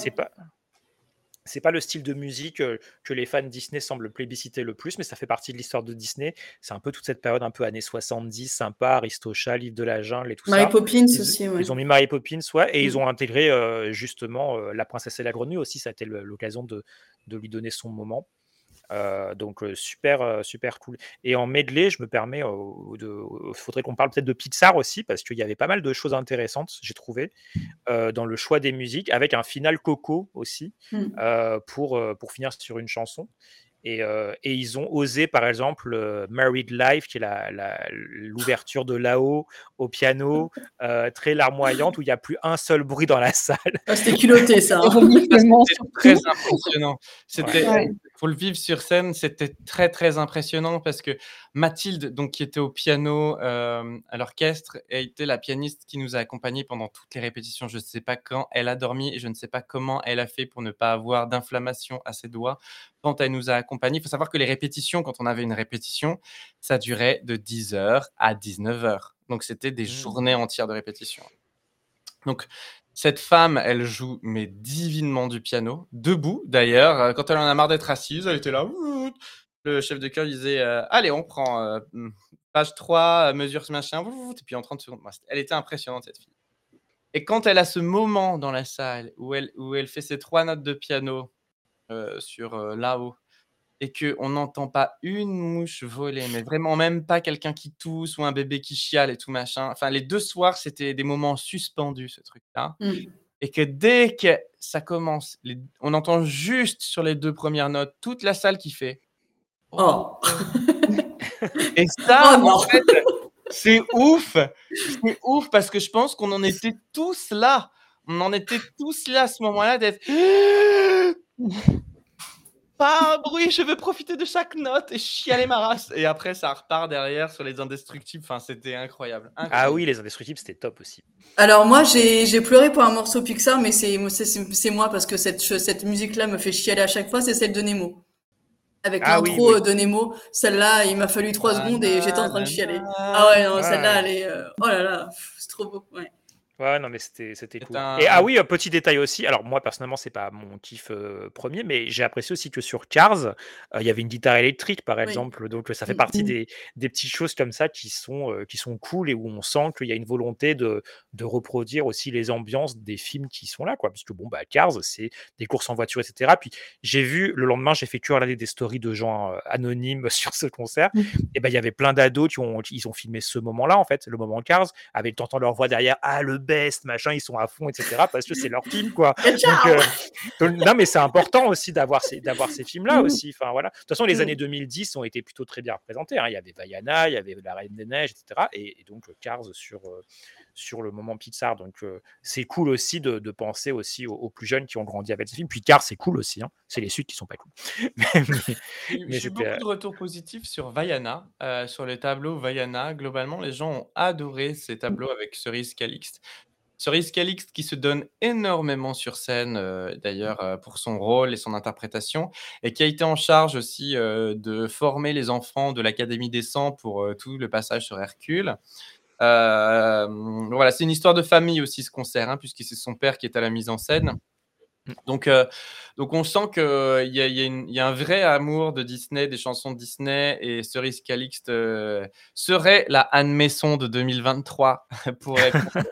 C'est pas le style de musique que les fans Disney semblent plébisciter le plus, mais ça fait partie de l'histoire de Disney. C'est un peu toute cette période un peu années 70, sympa, Aristochats, Livre de la Jungle et tout Mary ça. Poppins aussi, ouais. Ils ont mis Mary Poppins, et ils ont intégré justement La princesse et la grenouille aussi. Ça a été l'occasion de lui donner son moment. Donc super cool. Et en medley, je me permets faudrait qu'on parle peut-être de Pixar aussi parce qu'il y avait pas mal de choses intéressantes, j'ai trouvé, dans le choix des musiques, avec un final Coco aussi, pour finir sur une chanson. Et ils ont osé, par exemple, Married Life, qui est l'ouverture de là-haut au piano, très larmoyante, où il n'y a plus un seul bruit dans la salle. C'était culotté, ça. C'était très impressionnant. Faut le vivre sur scène, c'était très très impressionnant parce que Mathilde, donc, qui était au piano à l'orchestre, a été la pianiste qui nous a accompagnés pendant toutes les répétitions. Je ne sais pas quand elle a dormi et je ne sais pas comment elle a fait pour ne pas avoir d'inflammation à ses doigts quand elle nous a accompagnés. Il faut savoir que les répétitions, quand on avait une répétition, ça durait de 10h à 19h. Donc c'était des journées entières de répétition. Donc cette femme, elle joue mais divinement du piano, debout d'ailleurs. Quand elle en a marre d'être assise, elle était là. Le chef de chœur disait allez, on prend page 3, mesure ce machin, et puis en 30 secondes. Elle était impressionnante, cette fille. Et quand elle a ce moment dans la salle où elle fait ses 3 notes de piano sur là-haut, et qu'on n'entend pas une mouche voler, mais vraiment même pas quelqu'un qui tousse ou un bébé qui chiale et tout machin. Enfin, les 2 soirs, c'était des moments suspendus, ce truc-là. Et que dès que ça commence, on entend juste sur les 2 premières notes toute la salle qui fait « Oh !» Et ça, en fait, c'est ouf. C'est ouf parce que je pense qu'on en était tous là. On en était tous là à ce moment-là d'être... Pas un bruit, je veux profiter de chaque note et chialer ma race. Et après, ça repart derrière sur les Indestructibles. Enfin, c'était incroyable. Ah oui, les Indestructibles, c'était top aussi. Alors moi, j'ai pleuré pour un morceau Pixar, mais c'est moi parce que cette musique-là me fait chialer à chaque fois. C'est celle de Nemo. Avec l'intro de Nemo. Celle-là, il m'a fallu 3 secondes et j'étais en train de chialer. Ah ouais, non, celle-là, elle est... oh là là, c'est trop beau, ouais. Ouais, non, mais c'était cool. Et oui, petit détail aussi. Alors, moi, personnellement, c'est pas mon kiff premier, mais j'ai apprécié aussi que sur Cars, il y avait une guitare électrique, par exemple. Donc, ça fait partie des petites choses comme ça qui sont cool et où on sent qu'il y a une volonté de reproduire aussi les ambiances des films qui sont là, quoi. Parce que, Cars, c'est des courses en voiture, etc. Puis, j'ai vu, le lendemain, j'ai fait que regarder des stories de gens anonymes sur ce concert. Et il y avait plein d'ados ils ont filmé ce moment-là, en fait, le moment Cars, avec t'entends leur voix derrière, le best, machin, ils sont à fond, etc. Parce que c'est leur film, quoi. Et ciao Non, mais c'est important aussi d'avoir ces films-là aussi. Enfin, voilà. De toute façon, les années 2010 ont été plutôt très bien représentés. Hein. Il y avait Vaiana, il y avait La Reine des Neiges, etc. Et donc Cars sur le moment Pixar. Donc c'est cool aussi de penser aussi aux plus jeunes qui ont grandi avec ces films. Puis Cars, c'est cool aussi. Hein. C'est les suites qui sont pas cool. J'ai beaucoup de retours positifs sur Vaiana, sur les tableaux Vaiana. Globalement, les gens ont adoré ces tableaux avec Cerise Calixte. Cerise Calixte qui se donne énormément sur scène, d'ailleurs, pour son rôle et son interprétation, et qui a été en charge aussi de former les enfants de l'Académie des 100 pour tout le passage sur Hercule. Voilà, c'est une histoire de famille aussi, ce concert, hein, puisque c'est son père qui est à la mise en scène. Donc on sent qu'il y a un vrai amour de Disney, des chansons de Disney, et Cerise Calixte serait la Anne Maison de 2023 pour répondre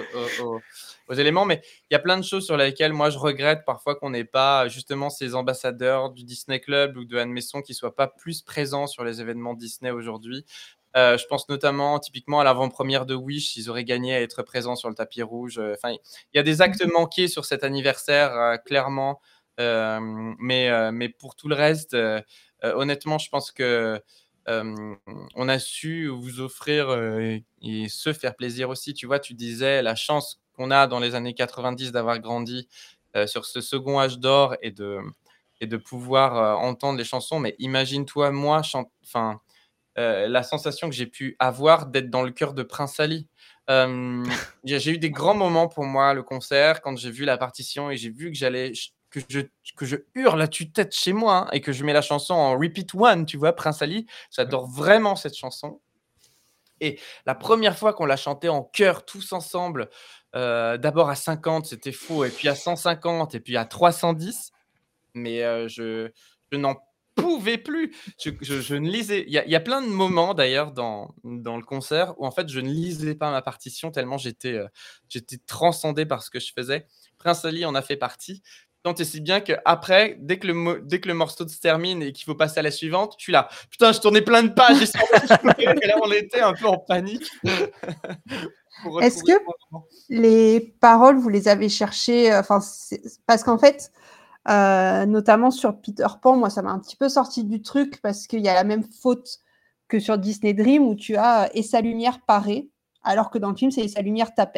aux éléments. Mais il y a plein de choses sur lesquelles moi je regrette parfois qu'on n'ait pas justement ces ambassadeurs du Disney Club ou de Anne Maison qui ne soient pas plus présents sur les événements Disney aujourd'hui. Je pense notamment typiquement à l'avant-première de Wish, ils auraient gagné à être présents sur le tapis rouge. Enfin, il y a des actes manqués sur cet anniversaire, clairement. Mais pour tout le reste, honnêtement, je pense que on a su vous offrir et se faire plaisir aussi. Tu vois, tu disais la chance qu'on a dans les années 90 d'avoir grandi sur ce second âge d'or et de pouvoir entendre les chansons. Mais imagine-toi, moi, la sensation que j'ai pu avoir d'être dans le cœur de Prince Ali. J'ai eu des grands moments pour moi, le concert, quand j'ai vu la partition et j'ai vu que je hurle à tue-tête chez moi, hein, et que je mets la chanson en repeat one, tu vois, Prince Ali. J'adore vraiment cette chanson. Et la première fois qu'on l'a chantée en chœur, tous ensemble, d'abord à 50, c'était faux, et puis à 150, et puis à 310, mais je n'en pouvais plus. Je ne lisais. Il y a plein de moments d'ailleurs dans le concert où en fait je ne lisais pas ma partition tellement j'étais transcendé par ce que je faisais. Prince Ali en a fait partie. Tant et si bien qu'après, dès que le morceau se termine et qu'il faut passer à la suivante, je suis là. Putain, je tournais plein de pages. Et là, on était un peu en panique. Est-ce que les paroles, vous les avez cherchées parce qu'en fait, notamment sur Peter Pan, moi, ça m'a un petit peu sorti du truc parce qu'il y a la même faute que sur Disney Dream où tu as « Et sa lumière paraît », alors que dans le film, c'est « Et sa lumière t'appelle ».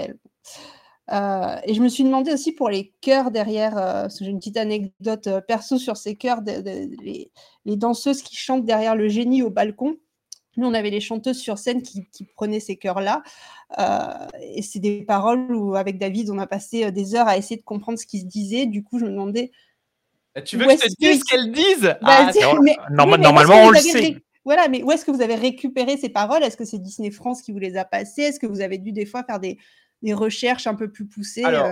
Et je me suis demandé aussi pour les chœurs derrière, parce que j'ai une petite anecdote perso sur ces chœurs, les danseuses qui chantent derrière le génie au balcon. Nous, on avait les chanteuses sur scène qui prenaient ces chœurs-là. Et c'est des paroles où, avec David, on a passé des heures à essayer de comprendre ce qui se disait. Du coup, je me demandais... Tu veux que je te dise ce qu'elles disent? Normalement, on le sait. Voilà, mais où est-ce que vous avez récupéré ces paroles? Est-ce que c'est Disney France qui vous les a passées? Est-ce que vous avez dû des fois faire des recherches un peu plus poussées? Alors,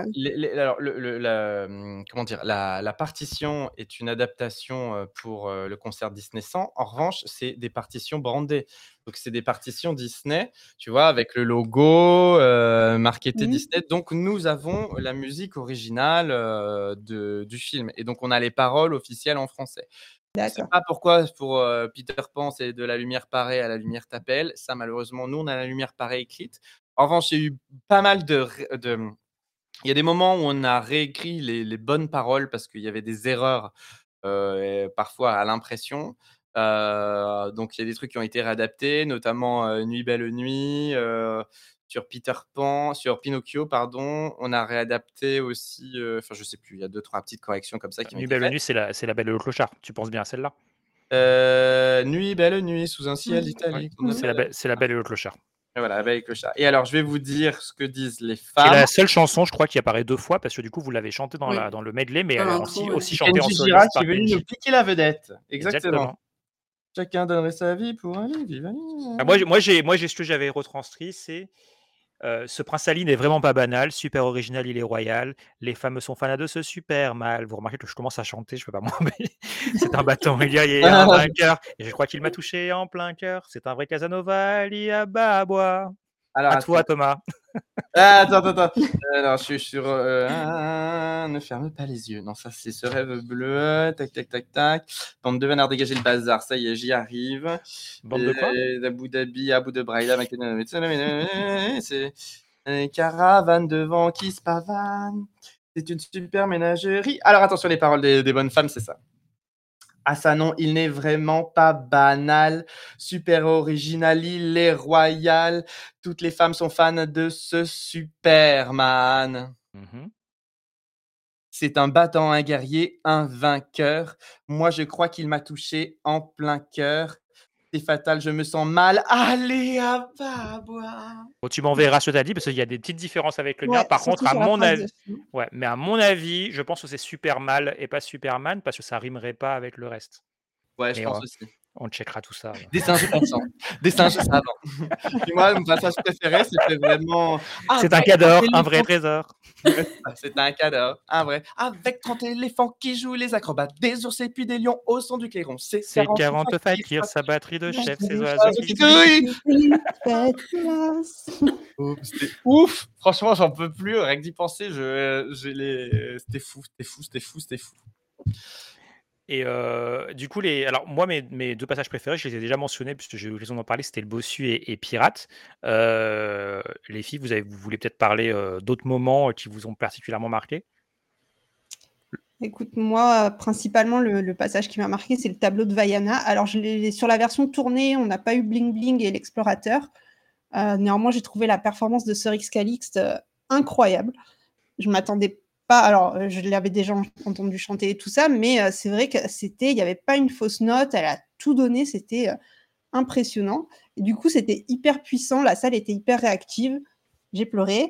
comment dire, la partition est une adaptation pour le concert Disney 100. En revanche, c'est des partitions brandées. Donc, c'est des partitions Disney, tu vois, avec le logo marketé Disney. Donc, nous avons la musique originale du film. Et donc, on a les paroles officielles en français. Je ne sais pas pourquoi pour Peter Pan, c'est de la lumière paraît à la lumière t'appelle. Ça, malheureusement, nous, on a la lumière paraît écrite. En revanche, il y a eu pas mal il y a des moments où on a réécrit les bonnes paroles parce qu'il y avait des erreurs parfois à l'impression. Donc, il y a des trucs qui ont été réadaptés, notamment Nuit belle nuit, sur Peter Pan, sur Pinocchio, pardon. On a réadapté aussi, je sais plus, il y a 2-3 petites corrections comme ça qui ont Nuit été belle faites. nuit, c'est la Belle et le Clochard. Tu penses bien à celle-là? Nuit belle nuit sous un ciel d'Italie. C'est la Belle et le Clochard. Et voilà, la Belle et le Clochard. Et alors, je vais vous dire ce que disent les C'est femmes. la seule chanson, je crois, qui apparaît 2 fois parce que du coup, vous l'avez chantée dans le medley, mais elle est aussi chantée en Kenji soliste Girac par qui est venu Kenji. nous piquer la vedette. Exactement. Chacun donnerait sa vie pour un lit. Vive Moi, j'ai ce que j'avais retranscrit, c'est ce Prince Ali n'est vraiment pas banal, super original, il est royal. Les femmes sont fanas de ce super mal. Vous remarquez que je commence à chanter, je peux pas m'empêcher. C'est un bâton, il y a un vainqueur. Et je crois qu'il m'a touché en plein cœur. C'est un vrai Casanova, il y a bas à bois. Alors, à toi, Thomas. Attends. Alors, je suis sur. Ne ferme pas les yeux. Non, ça, c'est ce rêve bleu. Tac. Bande de vénards, dégagez le bazar. Ça y est, j'y arrive. Bande de quoi? D'Abu Dhabi, Abu de Braïla. C'est. une caravane devant qui se pavane. C'est une super ménagerie. Alors attention, les paroles des bonnes femmes, c'est ça. Ah ça non, il n'est vraiment pas banal, super original, il est royal. Toutes les femmes sont fans de ce Superman. C'est un battant, un guerrier, un vainqueur. Moi, je crois qu'il m'a touché en plein cœur. C'est fatal, je me sens mal. Allez, à bas boire. Bon, tu m'enverras ce que tu as dit parce qu'il y a des petites différences avec le mien. Ouais, Par surtout contre, à sur la mon phrase de avis, fin. ouais, mais à mon avis, je pense que c'est super mal et pas Superman parce que ça rimerait pas avec le reste. Ouais, je Mais pense aussi. on checkera tout ça. Des singes pensants, des singes savants. Et moi, mon passage préféré, c'était vraiment. C'est un cadeau, un vrai trésor. C'est un cadeau, un vrai. Avec 30 éléphants qui jouent les acrobates, des ours et puis des lions au son du clairon. C'est 40 fakirs, sa batterie de chef, ses oiseaux qui C'était ouf. Franchement, j'en peux plus. Rien que d'y penser, c'était fou. Et du coup, alors moi, mes deux passages préférés, je les ai déjà mentionnés puisque j'ai eu l'occasion d'en parler, c'était le Bossu et Pirate. Les filles, vous voulez peut-être parler d'autres moments qui vous ont particulièrement marqué? Écoute, moi, principalement, le passage qui m'a marqué, c'est le tableau de Vaiana. Alors, sur la version tournée, on n'a pas eu Bling Bling et l'Explorateur. Néanmoins, j'ai trouvé la performance de Sir X Calixte incroyable. Je m'attendais pas. Alors, je l'avais déjà entendu chanter et tout ça, mais c'est vrai que il n'y avait pas une fausse note. Elle a tout donné. C'était impressionnant. Et du coup, c'était hyper puissant. La salle était hyper réactive. J'ai pleuré.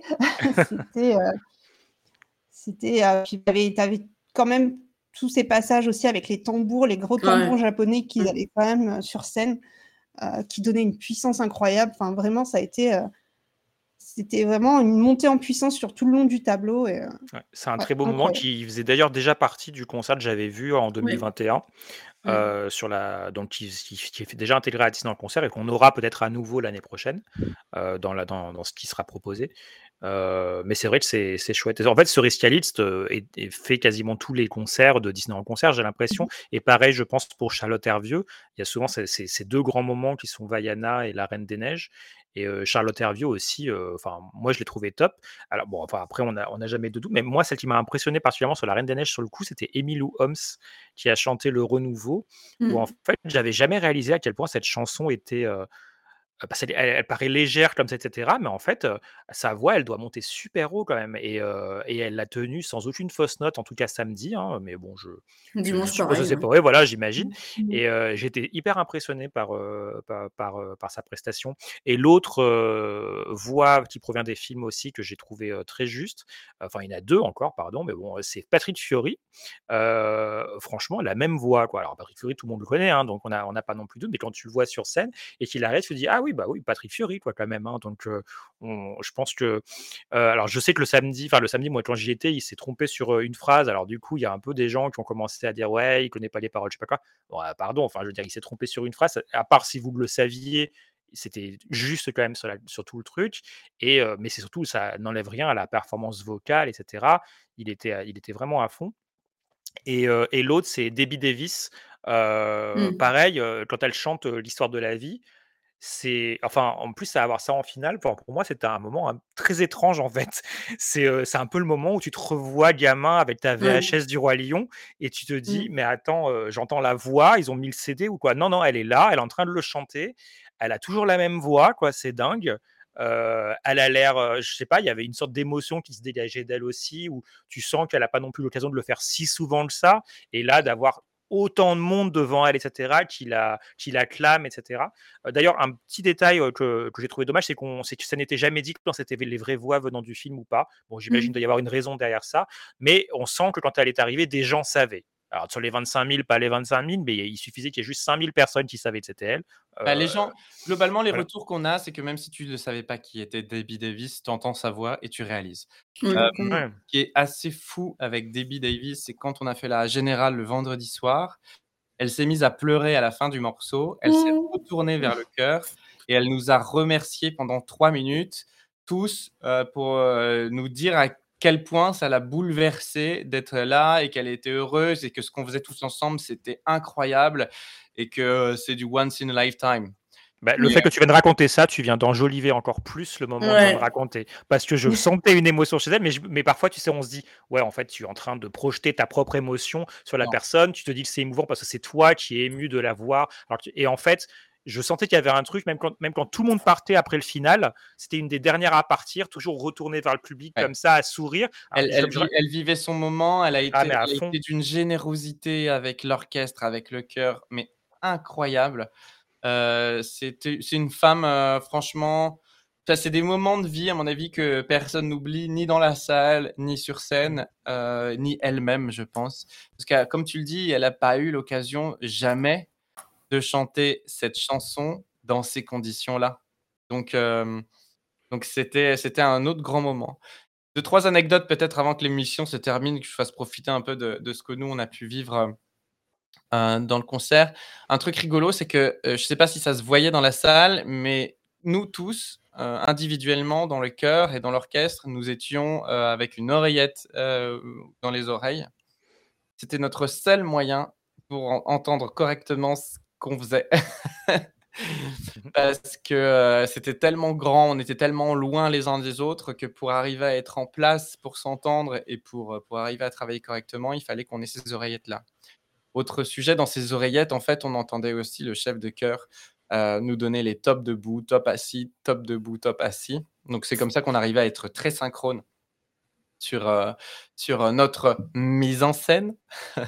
Puis t'avais quand même tous ces passages aussi avec les tambours, les gros tambours japonais qu'ils avaient quand même sur scène, qui donnaient une puissance incroyable. Enfin, vraiment, c'était vraiment une montée en puissance sur tout le long du tableau. Et, c'est un très beau moment qui faisait d'ailleurs déjà partie du concert que j'avais vu en 2021. Donc qui est déjà intégré à Disney dans le concert et qu'on aura peut-être à nouveau l'année prochaine dans ce qui sera proposé. Mais c'est vrai que c'est chouette. En fait, Cerise Calixte fait quasiment tous les concerts de Disney en concert, j'ai l'impression. Et pareil, je pense pour Charlotte Hervieux, il y a souvent ces deux grands moments qui sont Vaiana et La Reine des Neiges. Et Charlotte Hervieux aussi, moi je l'ai trouvé top. Alors bon, après on n'a jamais de doute, mais moi celle qui m'a impressionné particulièrement sur La Reine des Neiges sur le coup, c'était Emmylou Holmes qui a chanté Le Renouveau, où en fait j'avais jamais réalisé à quel point cette chanson était parce qu'elle paraît légère comme ça, etc. Mais en fait, sa voix, elle doit monter super haut quand même. Et elle l'a tenue sans aucune fausse note, en tout cas samedi. Hein, mais bon, Dimanche, suppose pareil. que c'est pas vrai, voilà, j'imagine. Et j'étais hyper impressionné par sa prestation. Et l'autre voix qui provient des films aussi, que j'ai trouvé très juste, enfin, il y en a deux encore, pardon, mais bon, c'est Patrick Fiori. Franchement, la même voix, quoi. Alors, Patrick Fiori, tout le monde le connaît, hein, donc on n'a pas non plus doute, mais quand tu le vois sur scène et qu'il arrête, tu te dis, ah oui, bah oui, Patrick Fiori, quoi, quand même. Hein, donc, je pense que. Alors, je sais que le samedi, moi, quand j'y étais, il s'est trompé sur une phrase. Alors, du coup, il y a un peu des gens qui ont commencé à dire, ouais, il connaît pas les paroles, je sais pas quoi. Bon, pardon, enfin, je veux dire, il s'est trompé sur une phrase. À part si vous le saviez, c'était juste quand même sur tout le truc. Mais c'est surtout, ça n'enlève rien à la performance vocale, etc. Il était vraiment à fond. Et l'autre, c'est Debbie Davis. Pareil, quand elle chante l'histoire de la vie, en plus, avoir ça en finale, pour moi, c'était un moment très étrange, en fait. C'est un peu le moment où tu te revois gamin avec ta VHS du Roi Lion et tu te dis, mais attends, j'entends la voix, ils ont mis le CD ou quoi? Non, elle est là, elle est en train de le chanter. Elle a toujours la même voix, quoi, c'est dingue. Elle a l'air, je sais pas, il y avait une sorte d'émotion qui se dégageait d'elle aussi, où tu sens qu'elle n'a pas non plus l'occasion de le faire si souvent que ça. Et là, d'avoir autant de monde devant elle, etc., qui l'acclame, etc. D'ailleurs, un petit détail que j'ai trouvé dommage, c'est que ça n'était jamais dit quand c'était les vraies voix venant du film ou pas. Bon, j'imagine qu'il doit y avoir une raison derrière ça, mais on sent que quand elle est arrivée, des gens savaient. Alors, sur les 25 000, pas les 25 000, mais il suffisait qu'il y ait juste 5 000 personnes qui savaient que c'était elle. Les gens, globalement, les retours qu'on a, c'est que même si tu ne savais pas qui était Debbie Davis, tu entends sa voix et tu réalises. Ce qui est assez fou avec Debbie Davis, c'est quand on a fait la générale le vendredi soir, elle s'est mise à pleurer à la fin du morceau, elle s'est retournée vers le chœur et elle nous a remerciés pendant 3 minutes, tous, pour nous dire à quel point ça l'a bouleversée d'être là et qu'elle était heureuse et que ce qu'on faisait tous ensemble, c'était incroyable et que c'est du once in a lifetime. Le fait que tu viennes raconter ça, tu viens d'enjoliver encore plus le moment de raconter. Parce que je sentais une émotion chez elle, mais parfois, tu sais, on se dit, ouais, en fait, tu es en train de projeter ta propre émotion sur la personne. Tu te dis que c'est émouvant parce que c'est toi qui es ému de la voir. Et en fait, je sentais qu'il y avait un truc, même quand tout le monde partait après le final, c'était une des dernières à partir, toujours retournée vers le public comme ça, à sourire. Elle vivait son moment, elle a été d'une générosité avec l'orchestre, avec le chœur, mais incroyable. C'est une femme, franchement, c'est des moments de vie, à mon avis, que personne n'oublie, ni dans la salle, ni sur scène, ni elle-même, je pense. Parce que, comme tu le dis, elle n'a pas eu l'occasion jamais de chanter cette chanson dans ces conditions-là. Donc c'était un autre grand moment. 2-3 anecdotes peut-être avant que l'émission se termine, que je fasse profiter un peu de ce que nous, on a pu vivre dans le concert. Un truc rigolo, c'est que je ne sais pas si ça se voyait dans la salle, mais nous tous, individuellement, dans le chœur et dans l'orchestre, nous étions avec une oreillette dans les oreilles. C'était notre seul moyen pour entendre correctement ce qu'on faisait. Parce que c'était tellement grand, on était tellement loin les uns des autres que pour arriver à être en place, pour s'entendre et pour arriver à travailler correctement, il fallait qu'on ait ces oreillettes-là. Autre sujet, dans ces oreillettes, en fait, on entendait aussi le chef de chœur nous donner les top debout, top assis, top debout, top assis. Donc, c'est comme ça qu'on arrivait à être très synchrone sur notre mise en scène.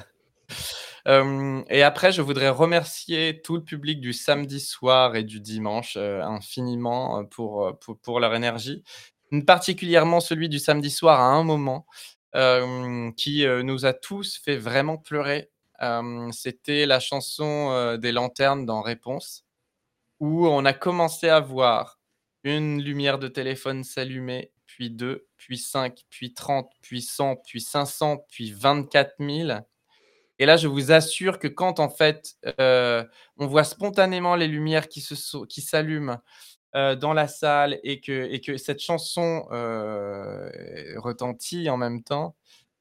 Et après, je voudrais remercier tout le public du samedi soir et du dimanche infiniment pour leur énergie. Particulièrement celui du samedi soir à un moment qui nous a tous fait vraiment pleurer. C'était la chanson des lanternes dans Réponse, où on a commencé à voir une lumière de téléphone s'allumer, puis 2, puis 5, puis 30, puis 100, puis 500, puis 24 000. Et là, je vous assure que quand, en fait, on voit spontanément les lumières qui s'allument dans la salle et que cette chanson retentit en même temps,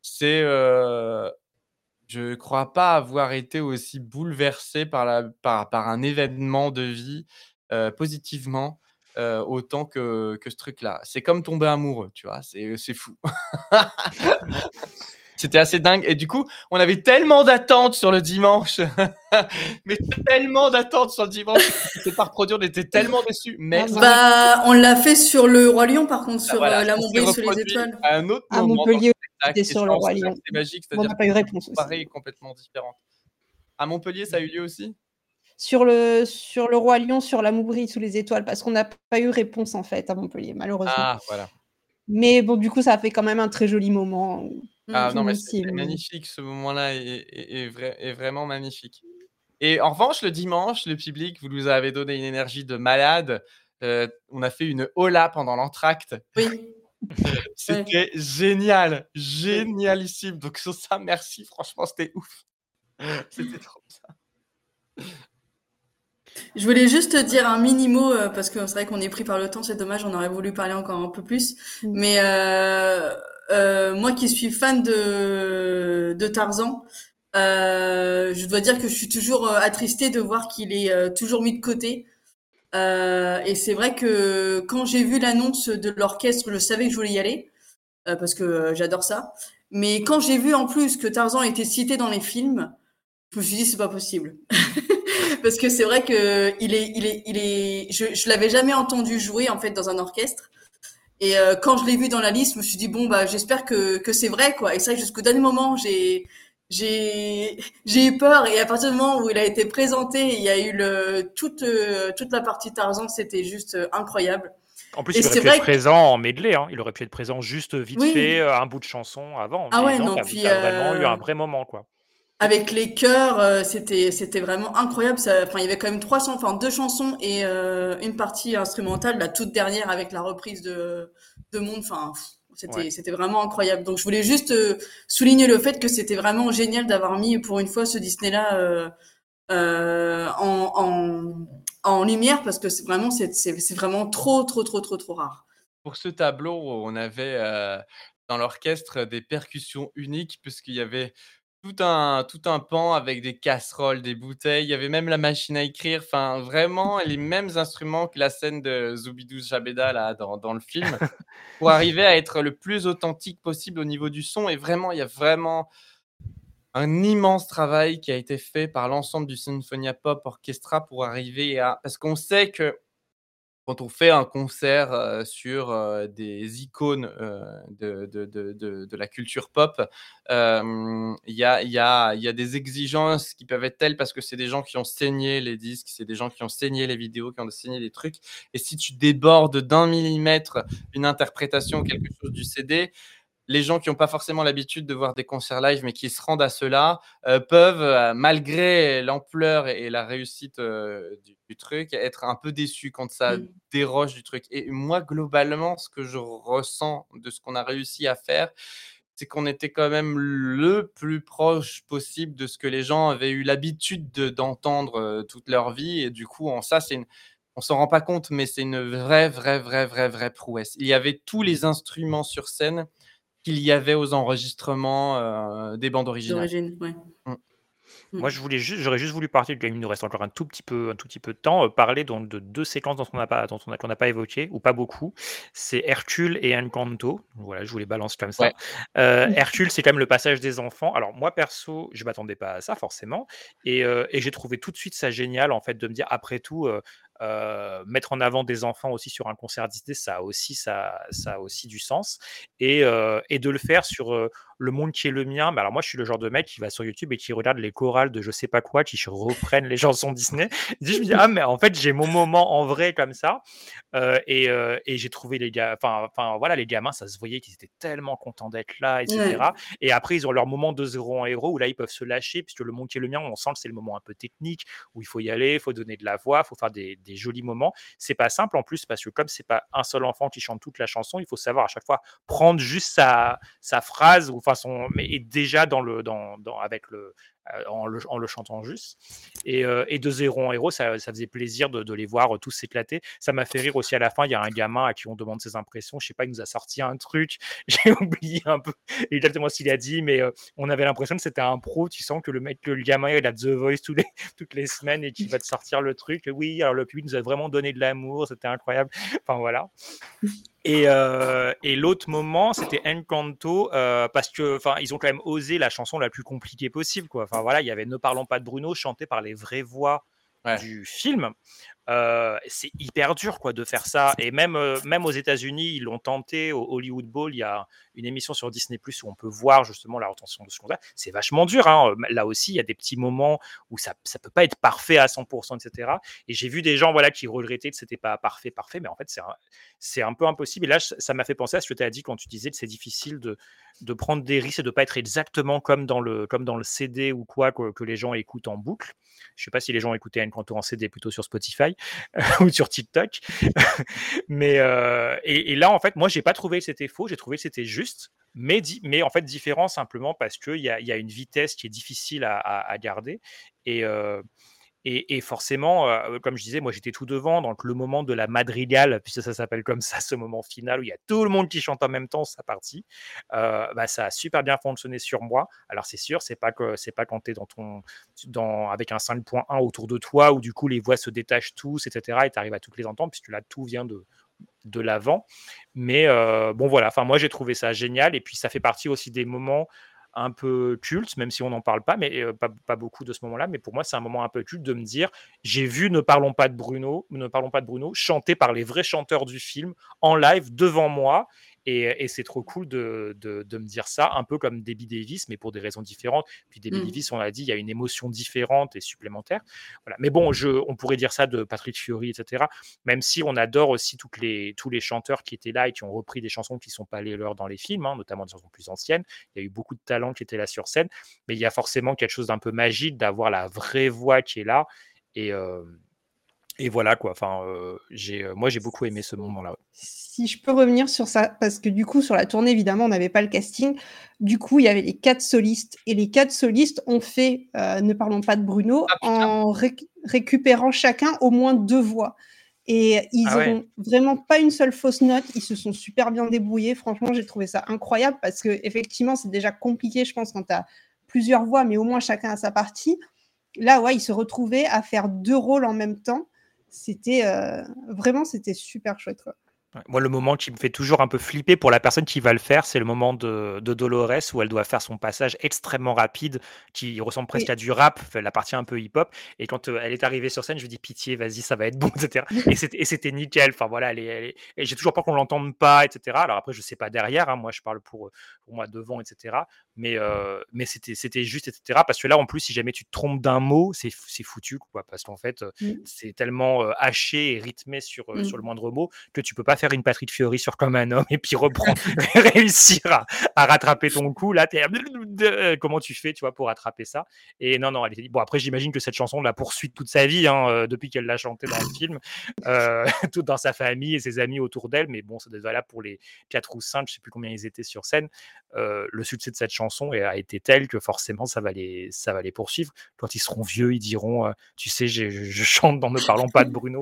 je ne crois pas avoir été aussi bouleversé par un événement de vie positivement autant que ce truc-là. C'est comme tomber amoureux, tu vois, c'est fou. C'était assez dingue. Et du coup, on avait tellement d'attentes sur le dimanche. Mais tellement d'attentes sur le dimanche. C'était pas reproduire, on était tellement déçus. Mais on l'a fait sur le Roi Lion, par contre, sur la Montbéliard sous les étoiles. À un autre À moment. Montpellier, c'était sur le Roi Lion. C'est magique. On n'a pas eu réponse aussi. Pareil, complètement différente. À Montpellier, ça a eu lieu aussi? Sur le Roi Lion, sur la Montbéliard sous les étoiles, parce qu'on n'a pas eu réponse, en fait, à Montpellier, malheureusement. Ah, voilà. Mais bon, du coup, ça a fait quand même un très joli moment. Ah non, mais c'est magnifique, ce moment-là est vraiment magnifique. Et en revanche, le dimanche, le public, vous nous avez donné une énergie de malade. On a fait une hola pendant l'entracte. Oui. C'était génial, génialissime. Donc sur ça, merci, franchement, c'était ouf. C'était trop ça. Je voulais juste te dire un mini mot parce que c'est vrai qu'on est pris par le temps, c'est dommage, on aurait voulu parler encore un peu plus. Mais moi qui suis fan de Tarzan, je dois dire que je suis toujours attristée de voir qu'il est toujours mis de côté. Et c'est vrai que quand j'ai vu l'annonce de l'orchestre, je savais que je voulais y aller parce que j'adore ça. Mais quand j'ai vu en plus que Tarzan était cité dans les films, je me suis dit c'est pas possible. Parce que c'est vrai que je l'avais jamais entendu jouer en fait dans un orchestre. Et quand je l'ai vu dans la liste, je me suis dit bon bah j'espère que c'est vrai quoi. Et c'est vrai que jusqu'au dernier moment j'ai eu peur. Et à partir du moment où il a été présenté, il y a eu toute la partie Tarzan, c'était juste incroyable. En plus, il aurait pu être présent en medley. Hein. Il aurait pu être présent juste vite fait, un bout de chanson avant. Ah ouais, non, puis t'as vraiment eu un vrai moment quoi. Avec les chœurs, c'était vraiment incroyable. Il y avait quand même 2 chansons et une partie instrumentale, la toute dernière avec la reprise de Monde. Enfin, c'était vraiment incroyable. Donc, je voulais juste souligner le fait que c'était vraiment génial d'avoir mis pour une fois ce Disney-là en lumière parce que c'est vraiment trop rare. Pour ce tableau, on avait dans l'orchestre des percussions uniques puisqu'il y avait tout un pan avec des casseroles, des bouteilles. Il y avait même la machine à écrire. Enfin, vraiment les mêmes instruments que la scène de Zubidou Jabeda là, dans le film, pour arriver à être le plus authentique possible au niveau du son. Et vraiment, il y a vraiment un immense travail qui a été fait par l'ensemble du Sinfonia Pop Orchestra pour arriver à... Parce qu'on sait que quand on fait un concert sur des icônes de la culture pop, il y a des exigences qui peuvent être telles parce que c'est des gens qui ont saigné les disques, c'est des gens qui ont saigné les vidéos, qui ont saigné les trucs. Et si tu débordes d'1 millimètre une interprétation ou quelque chose du CD, les gens qui n'ont pas forcément l'habitude de voir des concerts live, mais qui se rendent à cela, peuvent, malgré l'ampleur et la réussite du truc, être un peu déçus quand ça déroge du truc. Et moi, globalement, ce que je ressens de ce qu'on a réussi à faire, c'est qu'on était quand même le plus proche possible de ce que les gens avaient eu l'habitude d'entendre toute leur vie. Et du coup, en ça, on s'en rend pas compte, mais c'est une vraie prouesse. Il y avait tous les instruments sur scène qu'il y avait aux enregistrements des bandes originales. D'origine, ouais. Moi, j'aurais juste voulu parler, il nous reste encore un tout petit peu de temps, parler de 2 séquences qu'on n'a pas évoquées, ou pas beaucoup. C'est Hercule et Encanto. Voilà, je vous les balance comme ça. Ouais. Hercule, c'est quand même le passage des enfants. Alors moi, perso, je m'attendais pas à ça forcément, et j'ai trouvé tout de suite ça génial, en fait, de me dire, après tout, mettre en avant des enfants aussi sur un concert Disney, ça a aussi du sens, et de le faire sur le monde qui est le mien. Mais alors moi, je suis le genre de mec qui va sur YouTube et qui regarde les chorales de je sais pas quoi, qui reprennent les chansons Disney. Je me dis, ah mais en fait, j'ai mon moment en vrai comme ça. Et j'ai trouvé les gars, enfin voilà, les gamins, ça se voyait qu'ils étaient tellement contents d'être là, etc. Ouais. Et après, ils ont leur moment de 0 en héros où là, ils peuvent se lâcher, puisque le monde qui est le mien, on sent que c'est le moment un peu technique où il faut y aller, il faut donner de la voix, il faut faire des jolis moments. C'est pas simple en plus, parce que comme c'est pas un seul enfant qui chante toute la chanson, il faut savoir à chaque fois prendre juste sa phrase ou façon, mais et déjà avec en le chantant juste. Et de 0 en héros, ça faisait plaisir de les voir tous s'éclater. Ça m'a fait rire aussi à la fin. Il y a un gamin à qui on demande ses impressions. Je sais pas, il nous a sorti un truc. J'ai oublié un peu exactement ce qu'il a dit, mais on avait l'impression que c'était un pro. Tu sens que le gamin, il a The Voice toutes les semaines et qu'il va te sortir le truc. Oui, alors le public nous a vraiment donné de l'amour. C'était incroyable. Enfin, voilà. Et l'autre moment, c'était Encanto, parce que, enfin, ils ont quand même osé la chanson la plus compliquée possible, quoi. Enfin voilà, il y avait Ne parlons pas de Bruno, chanté par les vraies voix du film. C'est hyper dur, quoi, de faire ça. Et même aux États-Unis, ils l'ont tenté au Hollywood Bowl. Il y a une émission sur Disney+ où on peut voir justement la retention de ce qu'on a. C'est vachement dur, hein. Là aussi, il y a des petits moments où ça peut pas être parfait à 100%, etc. Et j'ai vu des gens, voilà, qui regrettaient que c'était pas parfait, mais en fait, c'est un peu impossible. Et là, ça m'a fait penser à ce que tu as dit quand tu disais que c'est difficile de prendre des risques et de pas être exactement comme dans le CD ou quoi que les gens écoutent en boucle. Je sais pas si les gens écoutaient Encanto en CD plutôt sur Spotify ou sur TikTok. Mais et là, en fait, moi, j'ai pas trouvé que c'était faux. J'ai trouvé que c'était juste, mais en fait différent simplement parce qu'il y a une vitesse qui est difficile à garder. Et forcément, comme je disais, moi j'étais tout devant, donc le moment de la madrigale, puisque ça s'appelle comme ça, ce moment final où il y a tout le monde qui chante en même temps sa partie, ça a super bien fonctionné sur moi. Alors c'est sûr, c'est pas quand tu es avec un 5.1 autour de toi où du coup les voix se détachent tous, etc. et tu arrives à toutes les entendre, puisque là tout vient de l'avant. Mais bon voilà, enfin moi j'ai trouvé ça génial, et puis ça fait partie aussi des moments un peu culte, même si on n'en parle pas, mais pas beaucoup de ce moment-là. Mais pour moi, c'est un moment un peu culte de me dire, j'ai vu Ne parlons pas de Bruno chanté par les vrais chanteurs du film en live devant moi. Et c'est trop cool de me dire ça, un peu comme Debbie Davis, mais pour des raisons différentes. Puis Debbie Davis, on l'a dit, il y a une émotion différente et supplémentaire. Voilà. Mais bon, on pourrait dire ça de Patrick Fiori, etc. Même si on adore aussi tous les chanteurs qui étaient là et qui ont repris des chansons qui ne sont pas les leurs dans les films, hein, notamment des chansons plus anciennes. Il y a eu beaucoup de talents qui étaient là sur scène, mais il y a forcément quelque chose d'un peu magique d'avoir la vraie voix qui est là. Et voilà, quoi. Enfin, moi, j'ai beaucoup aimé ce moment-là. Si je peux revenir sur ça, parce que du coup, sur la tournée, évidemment, on n'avait pas le casting. Du coup, il y avait les 4 solistes. Et les 4 solistes ont fait Ne parlons pas de Bruno en récupérant chacun au moins 2 voix. Et ils n'ont vraiment pas une seule fausse note. Ils se sont super bien débrouillés. Franchement, j'ai trouvé ça incroyable parce qu'effectivement, c'est déjà compliqué, je pense, quand tu as plusieurs voix, mais au moins chacun a sa partie. Là, ouais, ils se retrouvaient à faire 2 rôles en même temps. C'était vraiment, c'était super chouette, quoi. Ouais, moi, le moment qui me fait toujours un peu flipper pour la personne qui va le faire, c'est le moment de Dolores où elle doit faire son passage extrêmement rapide qui ressemble presque Oui. à du rap, la partie un peu hip-hop. Et quand elle est arrivée sur scène, je lui dis pitié, vas-y, ça va être bon, etc. Et c'était nickel. Enfin voilà, et j'ai toujours peur qu'on l'entende pas, etc. Alors après, je sais pas derrière, hein, moi je parle pour moi devant, etc. Mais c'était juste, etc. Parce que là, en plus, si jamais tu te trompes d'un mot, c'est foutu, quoi. Parce qu'en fait, c'est tellement haché et rythmé sur le moindre mot que tu peux pas faire une Patrick Fiori sur Comme un homme et puis reprendre réussir à rattraper ton coup. Là, comment tu fais, tu vois, pour rattraper ça? Et non, elle était... Bon, après, j'imagine que cette chanson la poursuit toute sa vie, hein, depuis qu'elle l'a chantée dans le film, tout dans sa famille et ses amis autour d'elle. Mais bon, ça devait être valable pour les 4 ou 5, je sais plus combien ils étaient sur scène. Le succès de cette chanson a été tel que forcément ça va les poursuivre. Quand ils seront vieux, ils diront tu sais, je chante dans Ne parlons pas de Bruno.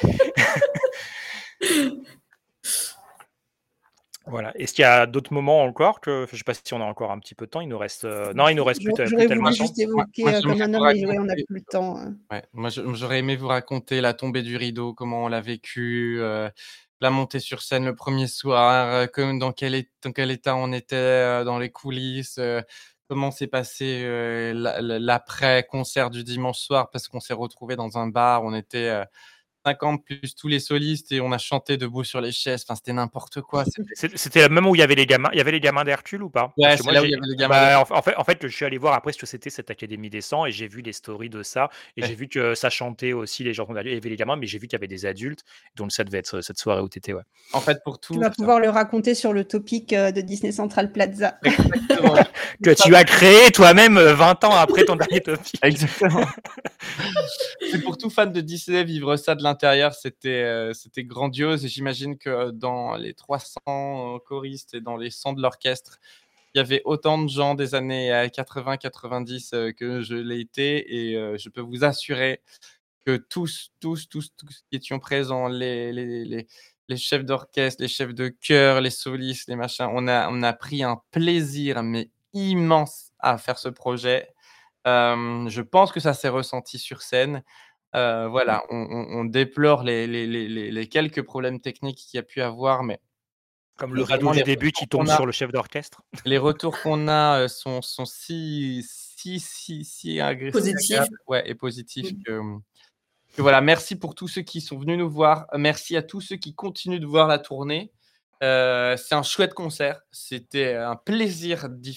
Voilà. Est-ce qu'il y a d'autres moments encore que je sais pas si on a encore un petit peu de temps. Il nous reste non, il nous reste plus J'aurais tellement voulu de temps. juste évoquer Comme un homme, mais ouais, on n'a plus le temps. Ouais, moi j'aurais aimé vous raconter la tombée du rideau, comment on l'a vécu, la montée sur scène le premier soir, dans quel état on était dans les coulisses, comment s'est passé l'après-concert du dimanche soir, parce qu'on s'est retrouvés dans un bar, on était 50 plus tous les solistes et on a chanté debout sur les chaises. Enfin, c'était n'importe quoi. C'était le moment où il y avait les gamins. Il y avait les gamins d'Hercule ou pas? Ouais, c'est là où il y avait les gamins. En fait, je suis allé voir après ce que c'était cette Académie des 100 et j'ai vu les stories de ça et j'ai vu que ça chantait aussi les gens. Il y avait les gamins, mais j'ai vu qu'il y avait des adultes. Donc ça devait être cette soirée où tu étais. Ouais. En fait, pour tout. Tu vas pouvoir le raconter sur le topic de Disney Central Plaza. Exactement. Que tu as créé toi-même 20 ans après ton dernier topic. Exactement. C'est pour tout fan de Disney, vivre ça de l'intérieur, c'était grandiose. Et j'imagine que dans les 300 choristes et dans les 100 de l'orchestre, il y avait autant de gens des années 80-90 que je l'ai été. Et je peux vous assurer que tous qui étions présents, les chefs d'orchestre, les chefs de chœur, les solistes, les machins, on a pris un plaisir mais immense à faire ce projet. Je pense que ça s'est ressenti sur scène. Voilà, on déplore les quelques problèmes techniques qu'il y a pu avoir, mais comme le rideau du début qui tombe sur le chef d'orchestre. Les retours qu'on a sont si agressifs, positifs. Ouais, et positifs que voilà. Merci pour tous ceux qui sont venus nous voir. Merci à tous ceux qui continuent de voir la tournée. C'est un chouette concert. C'était un plaisir d'y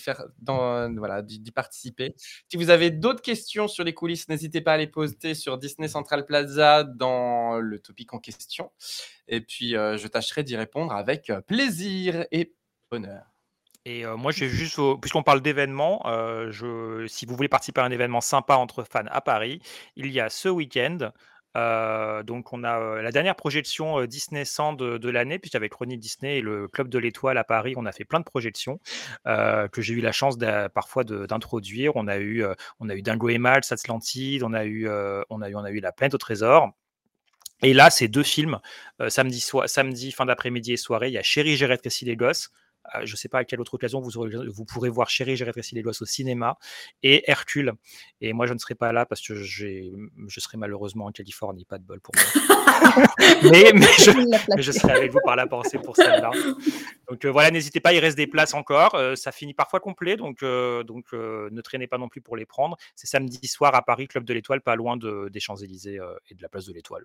participer. Si vous avez d'autres questions sur les coulisses, n'hésitez pas à les poster sur Disney Central Plaza dans le topic en question. Et puis, je tâcherai d'y répondre avec plaisir et bonheur. Et moi, j'ai juste, puisqu'on parle d'événements, si vous voulez participer à un événement sympa entre fans à Paris, il y a ce week-end. Donc on a la dernière projection Disney 100 de l'année, puisqu'avec Chronique Disney et le Club de l'Étoile à Paris, on a fait plein de projections que j'ai eu la chance parfois d'introduire. On a eu Dingo et Max, Atlantide, on a eu La Planète au Trésor. Et là, c'est 2 films. Samedi, fin d'après-midi et soirée, il y a Chérie, j'ai rétréci les gosses. Je ne sais pas à quelle autre occasion vous pourrez voir Chérie, j'ai rétréci les gosses au cinéma, et Hercule. Et moi, je ne serai pas là parce que je serai malheureusement en Californie, pas de bol pour moi. mais je serai avec vous par la pensée pour celle-là. Donc voilà, n'hésitez pas, il reste des places encore. Ça finit parfois complet, donc ne traînez pas non plus pour les prendre. C'est samedi soir à Paris, Club de l'Étoile, pas loin des Champs-Élysées et de la place de l'Étoile.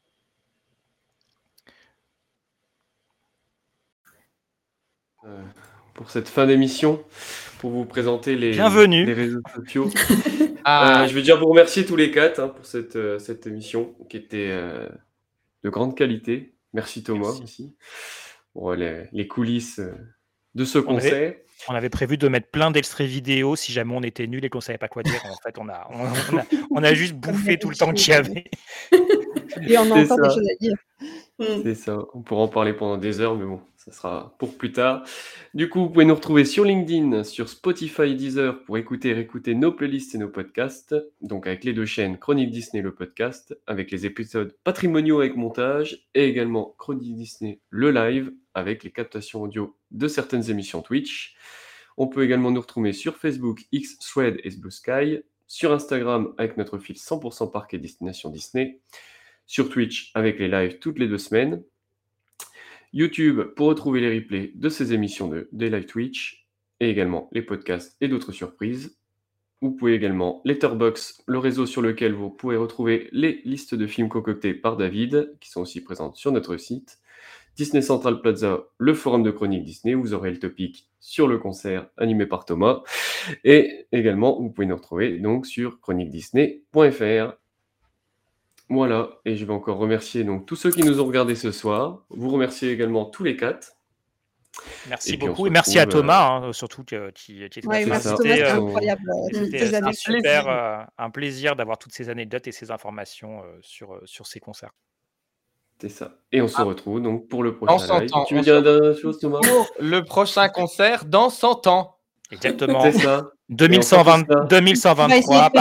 Pour cette fin d'émission, pour vous présenter les réseaux sociaux. Je veux dire vous remercier tous les 4 pour cette émission qui était de grande qualité. Merci Thomas aussi pour les coulisses de ce concert. On avait prévu de mettre plein d'extraits vidéo si jamais on était nul et qu'on ne savait pas quoi dire. En fait, on a juste bouffé tout le temps qu'il y avait. Et on a encore des choses à dire. C'est ça, on pourra en parler pendant des heures, mais bon, ça sera pour plus tard. Du coup, vous pouvez nous retrouver sur LinkedIn, sur Spotify et Deezer pour écouter et réécouter nos playlists et nos podcasts. Donc avec les 2 chaînes Chronique Disney, le podcast, avec les épisodes patrimoniaux avec montage, et également Chronique Disney, le live, avec les captations audio de certaines émissions Twitch. On peut également nous retrouver sur Facebook, X, Thread et Blue Sky, sur Instagram avec notre fil 100% parc et destination Disney, sur Twitch avec les lives toutes les 2 semaines, YouTube pour retrouver les replays de ces émissions des live Twitch, et également les podcasts et d'autres surprises. Vous pouvez également Letterboxd, le réseau sur lequel vous pouvez retrouver les listes de films concoctés par David, qui sont aussi présentes sur notre site. Disney Central Plaza, le forum de chronique Disney, où vous aurez le topic sur le concert animé par Thomas. Et également, vous pouvez nous retrouver donc sur chroniquedisney.fr. Voilà, et je vais encore remercier donc tous ceux qui nous ont regardés ce soir. Vous remercier également tous les 4. Merci beaucoup et merci à Thomas, surtout qui était merci Thomas, c'était incroyable. C'était un plaisir d'avoir toutes ces anecdotes et ces informations sur ces concerts. C'est ça. Et on se retrouve donc pour le prochain live. Tu veux dire la dernière chose, Thomas ? Pour le prochain concert dans 100 ans. Exactement. C'est ça. 2123.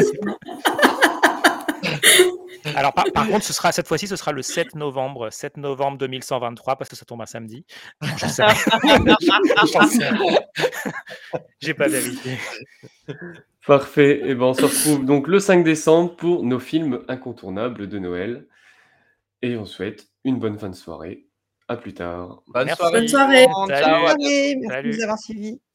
Alors par contre, cette fois-ci, ce sera le 7 novembre 2123 parce que ça tombe un samedi. Je sais pas. J'ai pas vérifié. Parfait. Et on se retrouve donc le 5 décembre pour nos films incontournables de Noël. Et on souhaite une bonne fin de soirée. À plus tard. Bonne soirée. Merci de nous avoir suivis.